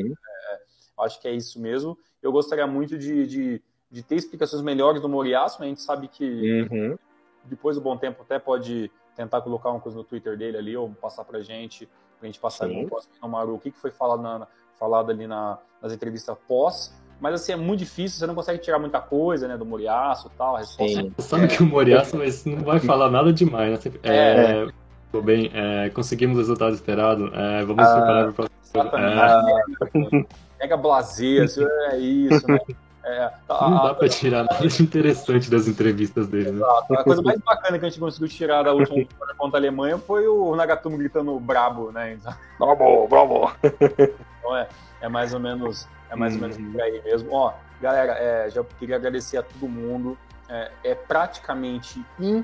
Acho que é isso mesmo. Eu gostaria muito de ter explicações melhores do Moriyasu, né? A gente sabe que depois do bom tempo até pode tentar colocar uma coisa no Twitter dele ali, ou passar pra gente passar no próximo Maru, o que foi falado ali nas entrevistas pós. Mas assim, é muito difícil, você não consegue tirar muita coisa, né, do Moriyasu e tal. A resposta sabe que o Moriyasu não vai falar nada demais, né? Tudo bem, conseguimos o resultado esperado, vamos preparar para o próximo. Mega blasé, é isso, né? Não dá pra tirar nada de interessante das entrevistas dele, né? A coisa mais bacana que a gente conseguiu tirar da última vitória contra a Alemanha foi o Nagatomo gritando brabo, né? Então, bravo! Então é mais ou menos por aí mesmo. Ó, galera, já queria agradecer a todo mundo. É praticamente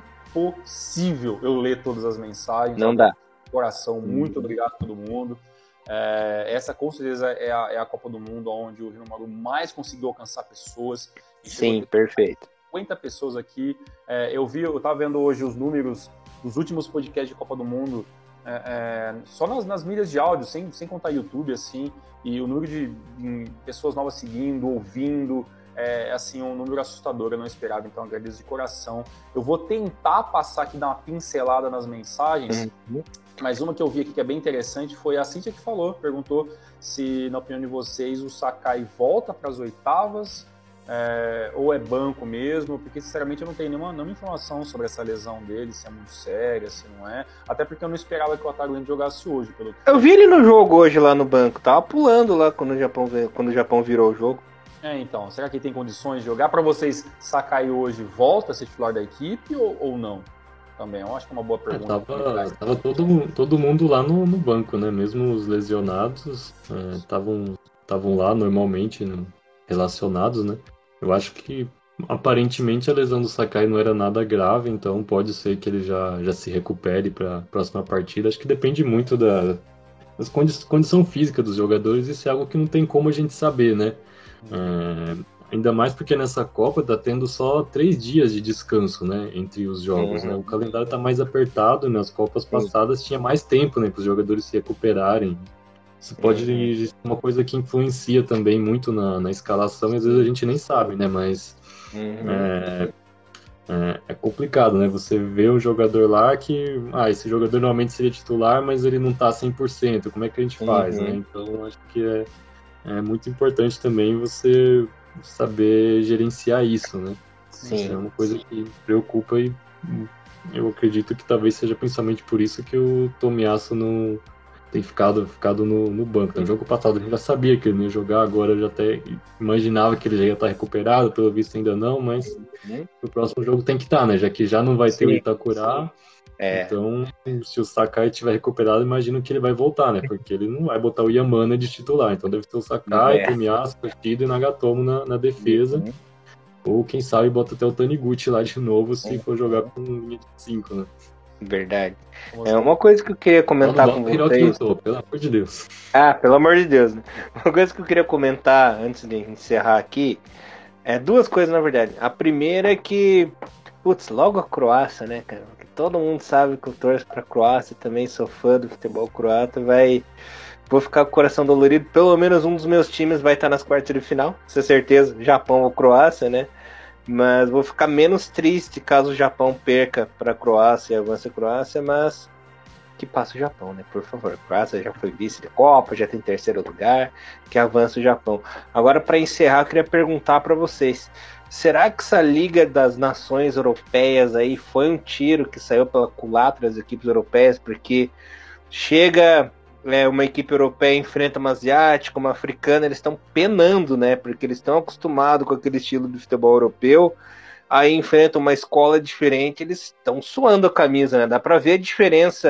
impossível eu ler todas as mensagens. Não dá. Coração, muito obrigado a todo mundo. Essa com certeza é a Copa do Mundo onde o Hinomaru mais conseguiu alcançar pessoas. Sim, perfeito. 50 pessoas aqui. Eu tava vendo hoje os números dos últimos podcasts de Copa do Mundo, só nas mídias de áudio, sem contar YouTube, assim, e o número de pessoas novas seguindo, ouvindo, assim, um número assustador, eu não esperava, então agradeço de coração. Eu vou tentar passar aqui, dar uma pincelada nas mensagens, mas uma que eu vi aqui que é bem interessante foi a Cíntia que perguntou se, na opinião de vocês, o Sakai volta para as oitavas, ou é banco mesmo, porque sinceramente eu não tenho nenhuma informação sobre essa lesão dele, se é muito séria, se não é, até porque eu não esperava que o Wataru Endo jogasse hoje. Eu vi ele no jogo hoje lá no banco, tava pulando lá quando o Japão virou o jogo. Então, será que ele tem condições de jogar? Para vocês, Sakai hoje volta a ser titular da equipe ou não? Também, eu acho que é uma boa pergunta. Tava todo mundo lá no banco, né? Mesmo os lesionados estavam lá normalmente, né? Relacionados, né? Eu acho que aparentemente a lesão do Sakai não era nada grave, então pode ser que ele já se recupere para a próxima partida. Acho que depende muito da condição física dos jogadores, isso é algo que não tem como a gente saber, né? Ainda mais porque nessa Copa tá tendo só 3 dias de descanso, né, entre os jogos, né? O calendário tá mais apertado, nas Copas passadas tinha mais tempo, né, para os jogadores se recuperarem. Isso pode ser uma coisa que influencia também muito na escalação, e às vezes a gente nem sabe, né, mas é complicado, né, você vê um jogador lá que, esse jogador normalmente seria titular, mas ele não tá 100%, como é que a gente faz, né? Então acho que é muito importante também você saber gerenciar isso, né? Sim. Isso é uma coisa que preocupa e eu acredito que talvez seja principalmente por isso que o Tomiyasu não tem ficado no banco. No jogo passado a gente já sabia que ele não ia jogar, agora eu já até imaginava que ele já ia estar recuperado, pelo visto ainda não, mas no próximo jogo tem que estar, né? Já que já não vai ter o Itakura. Então, se o Sakai estiver recuperado, imagino que ele vai voltar, né? Porque ele não vai botar o Yamana de titular. Então deve ter o Sakai, Tomiyasu, Toshido e Nagatomo na defesa. Ou quem sabe bota até o Taniguchi lá de novo se for jogar com linha de 5, né? Verdade. Uma coisa que eu queria comentar com vocês... Pelo amor de Deus. Pelo amor de Deus, né? Uma coisa que eu queria comentar antes de encerrar aqui 2 coisas, na verdade. A primeira é que, logo a Croácia, né, cara? Todo mundo sabe que eu torço pra Croácia, também sou fã do futebol croata, vou ficar com o coração dolorido, pelo menos um dos meus times vai estar nas quartas de final, com certeza, Japão ou Croácia, né? Mas vou ficar menos triste caso o Japão perca pra Croácia e avance a Croácia, mas que passe o Japão, né? Por favor, a Croácia já foi vice da Copa, já tem 3º lugar, que avance o Japão. Agora, para encerrar, eu queria perguntar para vocês, será que essa Liga das Nações Europeias aí foi um tiro que saiu pela culatra das equipes europeias? Porque chega uma equipe europeia, enfrenta uma asiática, uma africana, eles estão penando, né? Porque eles estão acostumados com aquele estilo de futebol europeu, aí enfrentam uma escola diferente, eles estão suando a camisa, né? Dá para ver a diferença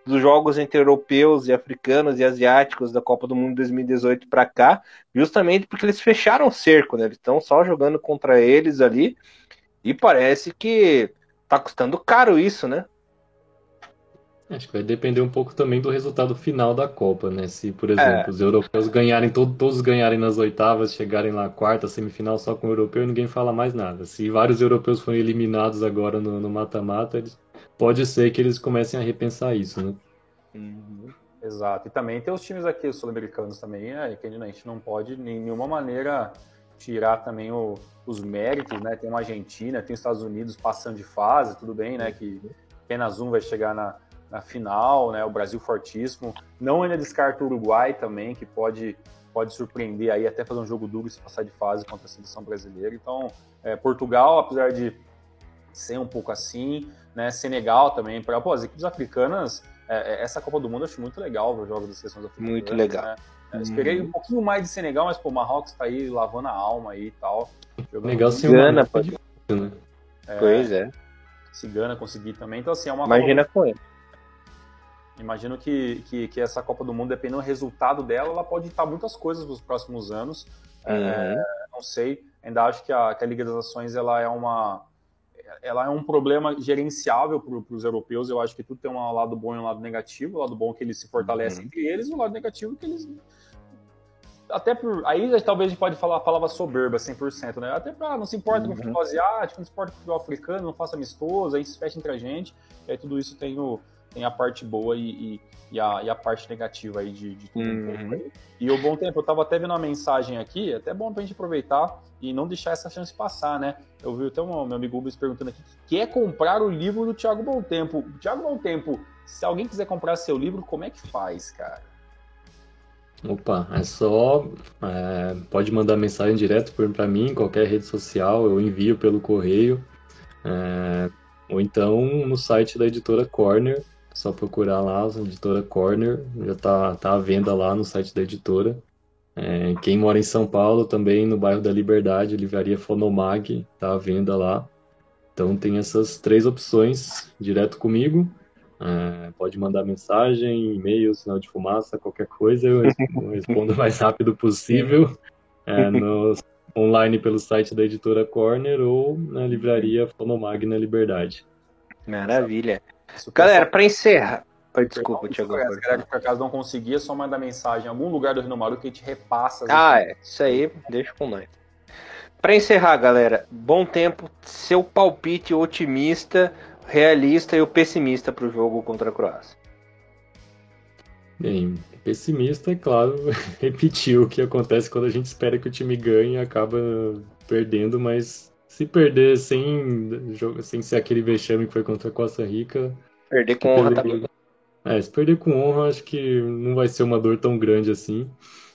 dos jogos entre europeus e africanos e asiáticos da Copa do Mundo 2018 para cá, justamente porque eles fecharam o cerco, né? Eles estão só jogando contra eles ali e parece que tá custando caro isso, né? Acho que vai depender um pouco também do resultado final da Copa, né? Se, por É, exemplo, os europeus ganharem, todos ganharem nas oitavas, chegarem lá quarta, semifinal só com o europeu, ninguém fala mais nada. Se vários europeus forem eliminados agora no mata-mata, pode ser que eles comecem a repensar isso, né? Exato. E também tem os times aqui, os sul-americanos também, que a gente não pode de nenhuma maneira tirar também os méritos, né? Tem uma Argentina, tem os Estados Unidos passando de fase, tudo bem, né? Que apenas um vai chegar na final, né? O Brasil fortíssimo. Não ainda descarta o Uruguai também, que pode surpreender aí, até fazer um jogo duro se passar de fase contra a seleção brasileira. Então, Portugal, apesar de ser um pouco assim, né? Senegal também, para as equipes africanas, essa Copa do Mundo eu acho muito legal ver os jogos das seleções africanas. muito legal. Né? Esperei um pouquinho mais de Senegal, mas pô, o Marrocos tá aí lavando a alma aí e tal. Legal sem Gana, uma difícil, né? Pois é. Se Gana conseguir também. Então, assim, é uma Imagina Copa... com ele. Imagino que essa Copa do Mundo, dependendo do resultado dela, ela pode ditar muitas coisas nos próximos anos. Não sei, ainda acho que a Liga das Nações ela é um problema gerenciável para os europeus. Eu acho que tudo tem um lado bom e um lado negativo. O lado bom é que eles se fortalecem entre eles, e o lado negativo é que eles... Aí talvez a gente pode falar a palavra soberba 100%, né? Até para não se importa com o futebol asiático, não se importa com o futebol africano, não faça amistoso, aí se fecha entre a gente. E aí tudo isso tem a parte boa e a parte negativa aí de tudo um pouco aí. E o Bom Tempo, eu estava até vendo uma mensagem aqui, até bom pra gente aproveitar e não deixar essa chance passar, né? Eu vi até meu amigo Rubens perguntando aqui, quer comprar o livro do Thiago Bom Tempo. Thiago Bom Tempo, se alguém quiser comprar seu livro, como é que faz, cara? Opa, é só. Pode mandar mensagem direto para mim, em qualquer rede social, eu envio pelo correio. Ou então no site da editora Corner, é só procurar lá, a editora Corner, já tá à venda lá no site da editora. Quem mora em São Paulo também, no bairro da Liberdade, Livraria Fonomag, tá à venda lá. Então tem essas 3 opções, direto comigo. Pode mandar mensagem, e-mail, sinal de fumaça, qualquer coisa, eu respondo o mais rápido possível. Online pelo site da editora Corner ou na livraria Fonomag na Liberdade. Maravilha. Galera, para encerrar... Desculpa, Thiago. Se galera que por acaso não conseguia, só manda mensagem em algum lugar do Rio Maru que a gente repassa. Isso aí, deixa com nós. Para encerrar, galera, Bom Tempo, seu palpite otimista, realista e o pessimista para o jogo contra a Croácia. Bem, pessimista, é claro, repetir o que acontece quando a gente espera que o time ganhe e acaba perdendo, mas se perder sem ser aquele vexame que foi contra a Costa Rica... Perder com honra também. Se perder com honra, acho que não vai ser uma dor tão grande assim.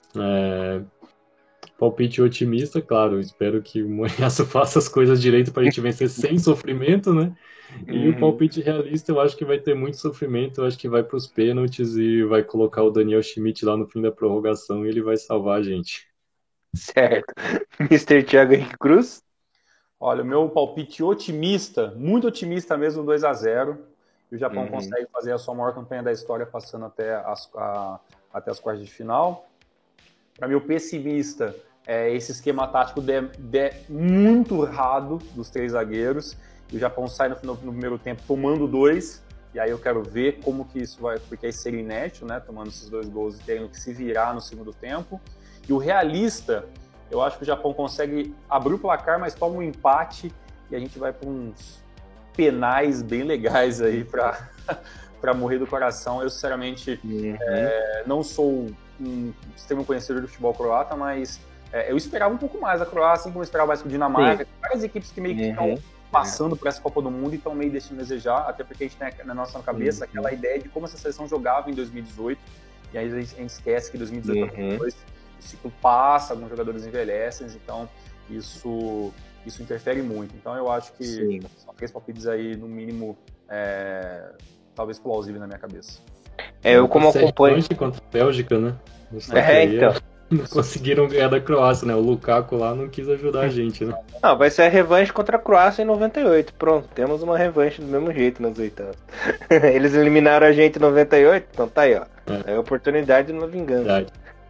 Palpite otimista, claro, espero que o Moriaço faça as coisas direito para a gente vencer sem sofrimento, né? E o palpite realista, eu acho que vai ter muito sofrimento, eu acho que vai para os pênaltis e vai colocar o Daniel Schmidt lá no fim da prorrogação e ele vai salvar a gente. Certo. Mr. Thiago Henrique Cruz? Olha, o meu palpite otimista, muito otimista mesmo, 2-0. E o Japão consegue fazer a sua maior campanha da história, passando até as quartas de final. Para mim, o pessimista é esse esquema tático muito errado dos 3 zagueiros. E o Japão sai no primeiro tempo tomando 2. E aí eu quero ver como que isso vai... Porque aí seria inédito, né? Tomando esses 2 gols e tendo que se virar no segundo tempo. E o realista, eu acho que o Japão consegue abrir o placar, mas toma um empate. E a gente vai para uns penais bem legais aí para morrer do coração. Eu, sinceramente, não sou um extremo conhecedor do futebol croata, mas eu esperava um pouco mais da Croácia, assim como eu esperava mais com o Dinamarca. Tem várias equipes que meio que estão passando por essa Copa do Mundo e estão meio deixando a desejar, até porque a gente tem na nossa cabeça aquela ideia de como essa seleção jogava em 2018, e aí a gente esquece que 2018 depois o ciclo passa, alguns jogadores envelhecem, então isso interfere muito. Então eu acho que são 3 palpites aí, no mínimo, talvez plausíveis na minha cabeça. Eu como acompanho... contra a Bélgica, né? Então. Não conseguiram ganhar da Croácia, né? O Lukaku lá não quis ajudar a gente, né? Não, vai ser a revanche contra a Croácia em 98. Pronto, temos uma revanche do mesmo jeito nas oitavas. Eles eliminaram a gente em 98, então tá aí, ó. É a oportunidade de uma vingança.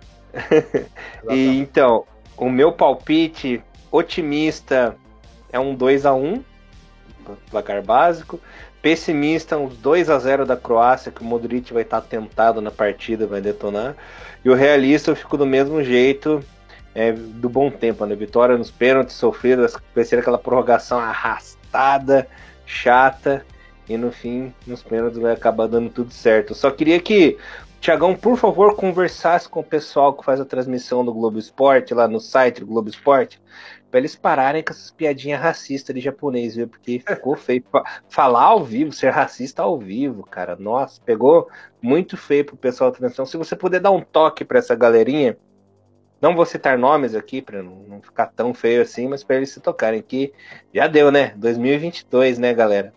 E então, o meu palpite otimista é um 2-1, placar básico. Pessimista, uns 2-0 da Croácia, que o Modric vai estar tentado na partida, vai detonar. E o realista eu fico do mesmo jeito, do bom tempo, né? Vitória nos pênaltis, sofrida, vai ser aquela prorrogação arrastada, chata, e no fim, nos pênaltis vai acabar dando tudo certo. Eu só queria que o Thiagão, por favor, conversasse com o pessoal que faz a transmissão do Globo Esporte, lá no site do Globo Esporte, pra eles pararem com essas piadinhas racistas de japonês, viu? Porque ficou feio. Falar ao vivo, ser racista ao vivo, cara. Nossa, pegou muito feio pro pessoal da transmissão. Se você puder dar um toque pra essa galerinha, não vou citar nomes aqui pra não ficar tão feio assim, mas pra eles se tocarem, que já deu, né? 2022, né, galera?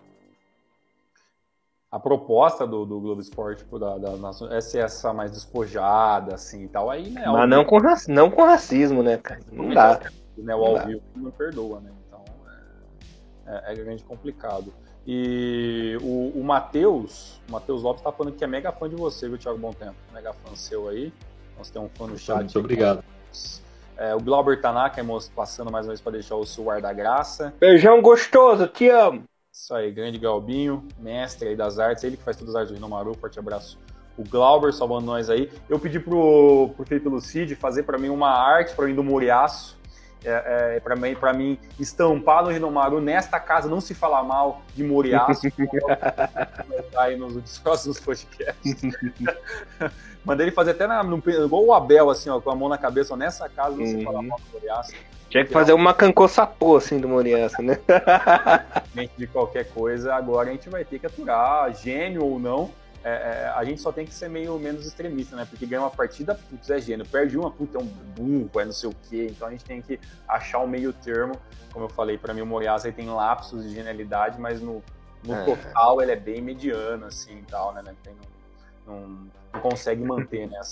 A proposta do Globo Esporte é ser essa mais despojada, assim, e tal. Aí, né, mas não com racismo, né, cara? Não dá. Né, o ao vivo não perdoa, né? Então é grande complicado. E o Matheus Lopes tá falando que é mega fã de você, viu, Thiago Bom Tempo? Mega fã seu aí. Nós temos um fã no chat. Muito obrigado. O Glauber Tanaka passando mais uma vez para deixar o seu ar da graça. Beijão gostoso, te amo. Isso aí, grande Galbinho, mestre aí das artes, ele que faz todas as artes do Rinomaru, forte abraço. O Glauber salvando nós aí. Eu pedi pro Felipe Lucide fazer para mim uma arte para mim do Moriaço, para mim estampar no Rinomaru, nesta casa não se fala mal de Moriaço. Aí nos próximos podcasts. Mandei ele fazer até igual o Abel, assim, ó, com a mão na cabeça, ó, nessa casa não se fala mal do Moriaço. Tinha que fazer uma cancô-sapô, assim, do Moriaço, né? De qualquer coisa, agora a gente vai ter que aturar, gênio ou não, a gente só tem que ser menos extremista, né? Porque ganha uma partida, putz, é gênio, perde uma, puta, é um burro, é não sei o quê. Então a gente tem que achar um meio termo. Como eu falei, pra mim o Moriaço aí tem lapsos de genialidade, mas no total ele é bem mediano, assim, e tal, né? Não consegue manter, né,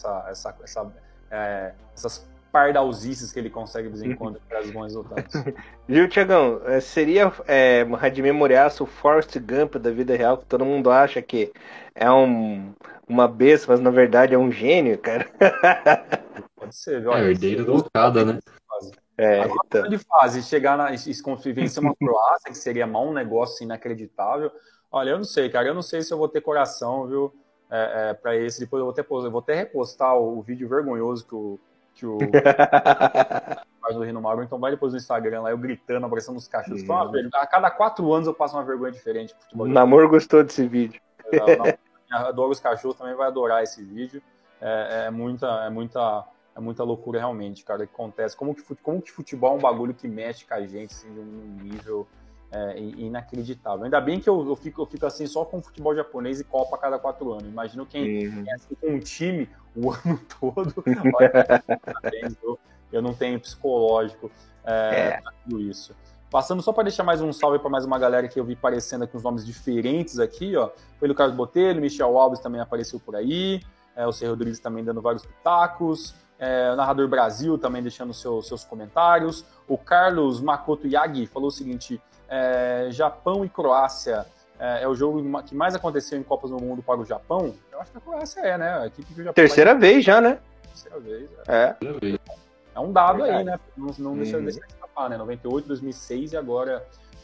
essas pardalzices que ele consegue de vez em quando para os bons resultados. Viu, Thiagão? Seria Vladimir Moriaço o Forrest Gump da vida real, que todo mundo acha que é uma besta, mas na verdade é um gênio, cara. Pode ser, viu? Herdeiro do Okada, né? Agora, então. De fase, chegar e vencer uma Croácia, que seria um negócio inacreditável. Olha, eu não sei, cara. Eu não sei se eu vou ter coração, viu? Para esse. Depois eu vou até repostar o vídeo vergonhoso que o faz do Rinomaru, então vai depois no Instagram lá, eu gritando, abraçando os cachorros. A cada 4 anos eu passo uma vergonha diferente. O Namor gostou desse vídeo. Adoro os cachorros, também vai adorar esse vídeo. É muita loucura realmente, cara, que acontece. Como que futebol é um bagulho que mexe com a gente assim, de um nível inacreditável. Ainda bem que eu fico assim só com futebol japonês e Copa a cada 4 anos. Imagino quem é assim, com um time o ano todo. Olha, eu não tenho psicológico para tudo isso. Passando só para deixar mais um salve para mais uma galera que eu vi aparecendo aqui, uns nomes diferentes aqui, ó. Foi o Carlos Botelho, Michel Alves também apareceu por aí, o C. Rodrigues também dando vários pitacos, o Narrador Brasil também deixando seus comentários. O Carlos Makoto Yagi falou o seguinte: Japão e Croácia é o jogo que mais aconteceu em Copas do Mundo para o Japão. Eu acho que a Croácia né? A equipe que o Japão terceira vez já, né? Terceira vez. É um dado aí, né? Não deixa de escapar, né? 98, 2006 e agora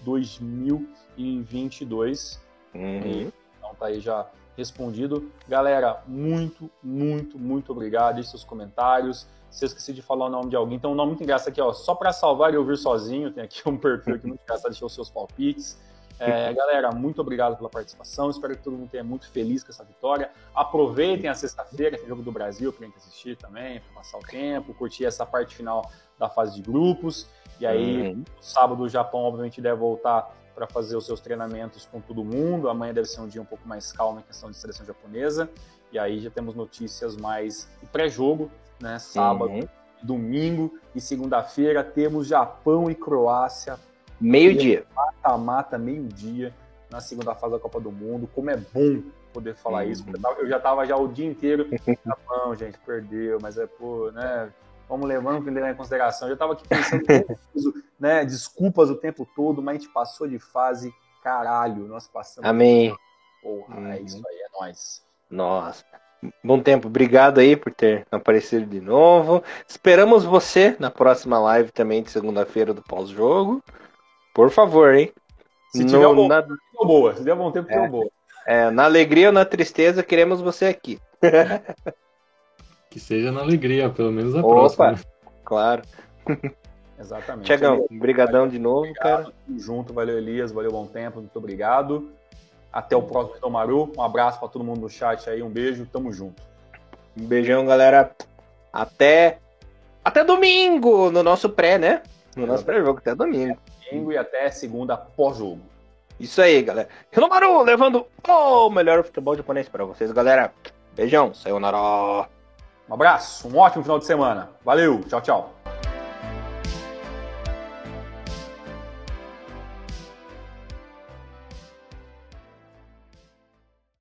2022. Então tá aí já respondido. Galera, muito, muito, muito obrigado. Deixe seus comentários. Se eu esqueci de falar o nome de alguém, então um nome muito engraçado aqui, ó. Só para salvar e ouvir sozinho, tem aqui um perfil aqui muito engraçado, deixou os seus palpites. Galera, muito obrigado pela participação. Espero que todo mundo tenha muito feliz com essa vitória. Aproveitem a sexta-feira, que é jogo do Brasil, para quem assistir também, para passar o tempo, curtir essa parte final da fase de grupos. E aí, sábado, o Japão, obviamente, deve voltar para fazer os seus treinamentos com todo mundo. Amanhã deve ser um dia um pouco mais calmo em questão de seleção japonesa. E aí já temos notícias mais pré-jogo, né? Sábado, domingo e segunda-feira temos Japão e Croácia. Meio-dia. Mata-mata, meio-dia, na segunda fase da Copa do Mundo. Como é bom poder falar isso. Eu já tava o dia inteiro. Japão, gente, perdeu, mas né? Vamos levando em consideração. Eu já tava aqui pensando, né, desculpas o tempo todo, mas a gente passou de fase, caralho. Nós passamos. Amém. Porra, é isso aí, é nóis. Nossa. Bom tempo, obrigado aí por ter aparecido de novo. Esperamos você na próxima live também de segunda-feira do pós-jogo. Por favor, hein? Se tiver bom tempo, deu boa. Se tiver bom tempo, deu boa. Na alegria ou na tristeza, queremos você aqui. Que seja na alegria, pelo menos a próxima. Claro. Exatamente. Tiagão, brigadão de novo, cara. Tamo junto, valeu Elias, valeu Bom Tempo, muito obrigado. Até o próximo Tomaru. Um abraço para todo mundo no chat aí, um beijo, tamo junto. Um beijão, galera. Até domingo no nosso pré, né? No nosso pré-jogo, até domingo. Domingo e até segunda pós-jogo. Isso aí, galera. Hinomaru levando o melhor futebol japonês para vocês, galera. Beijão, sayonara. Um abraço, um ótimo final de semana. Valeu, tchau, tchau.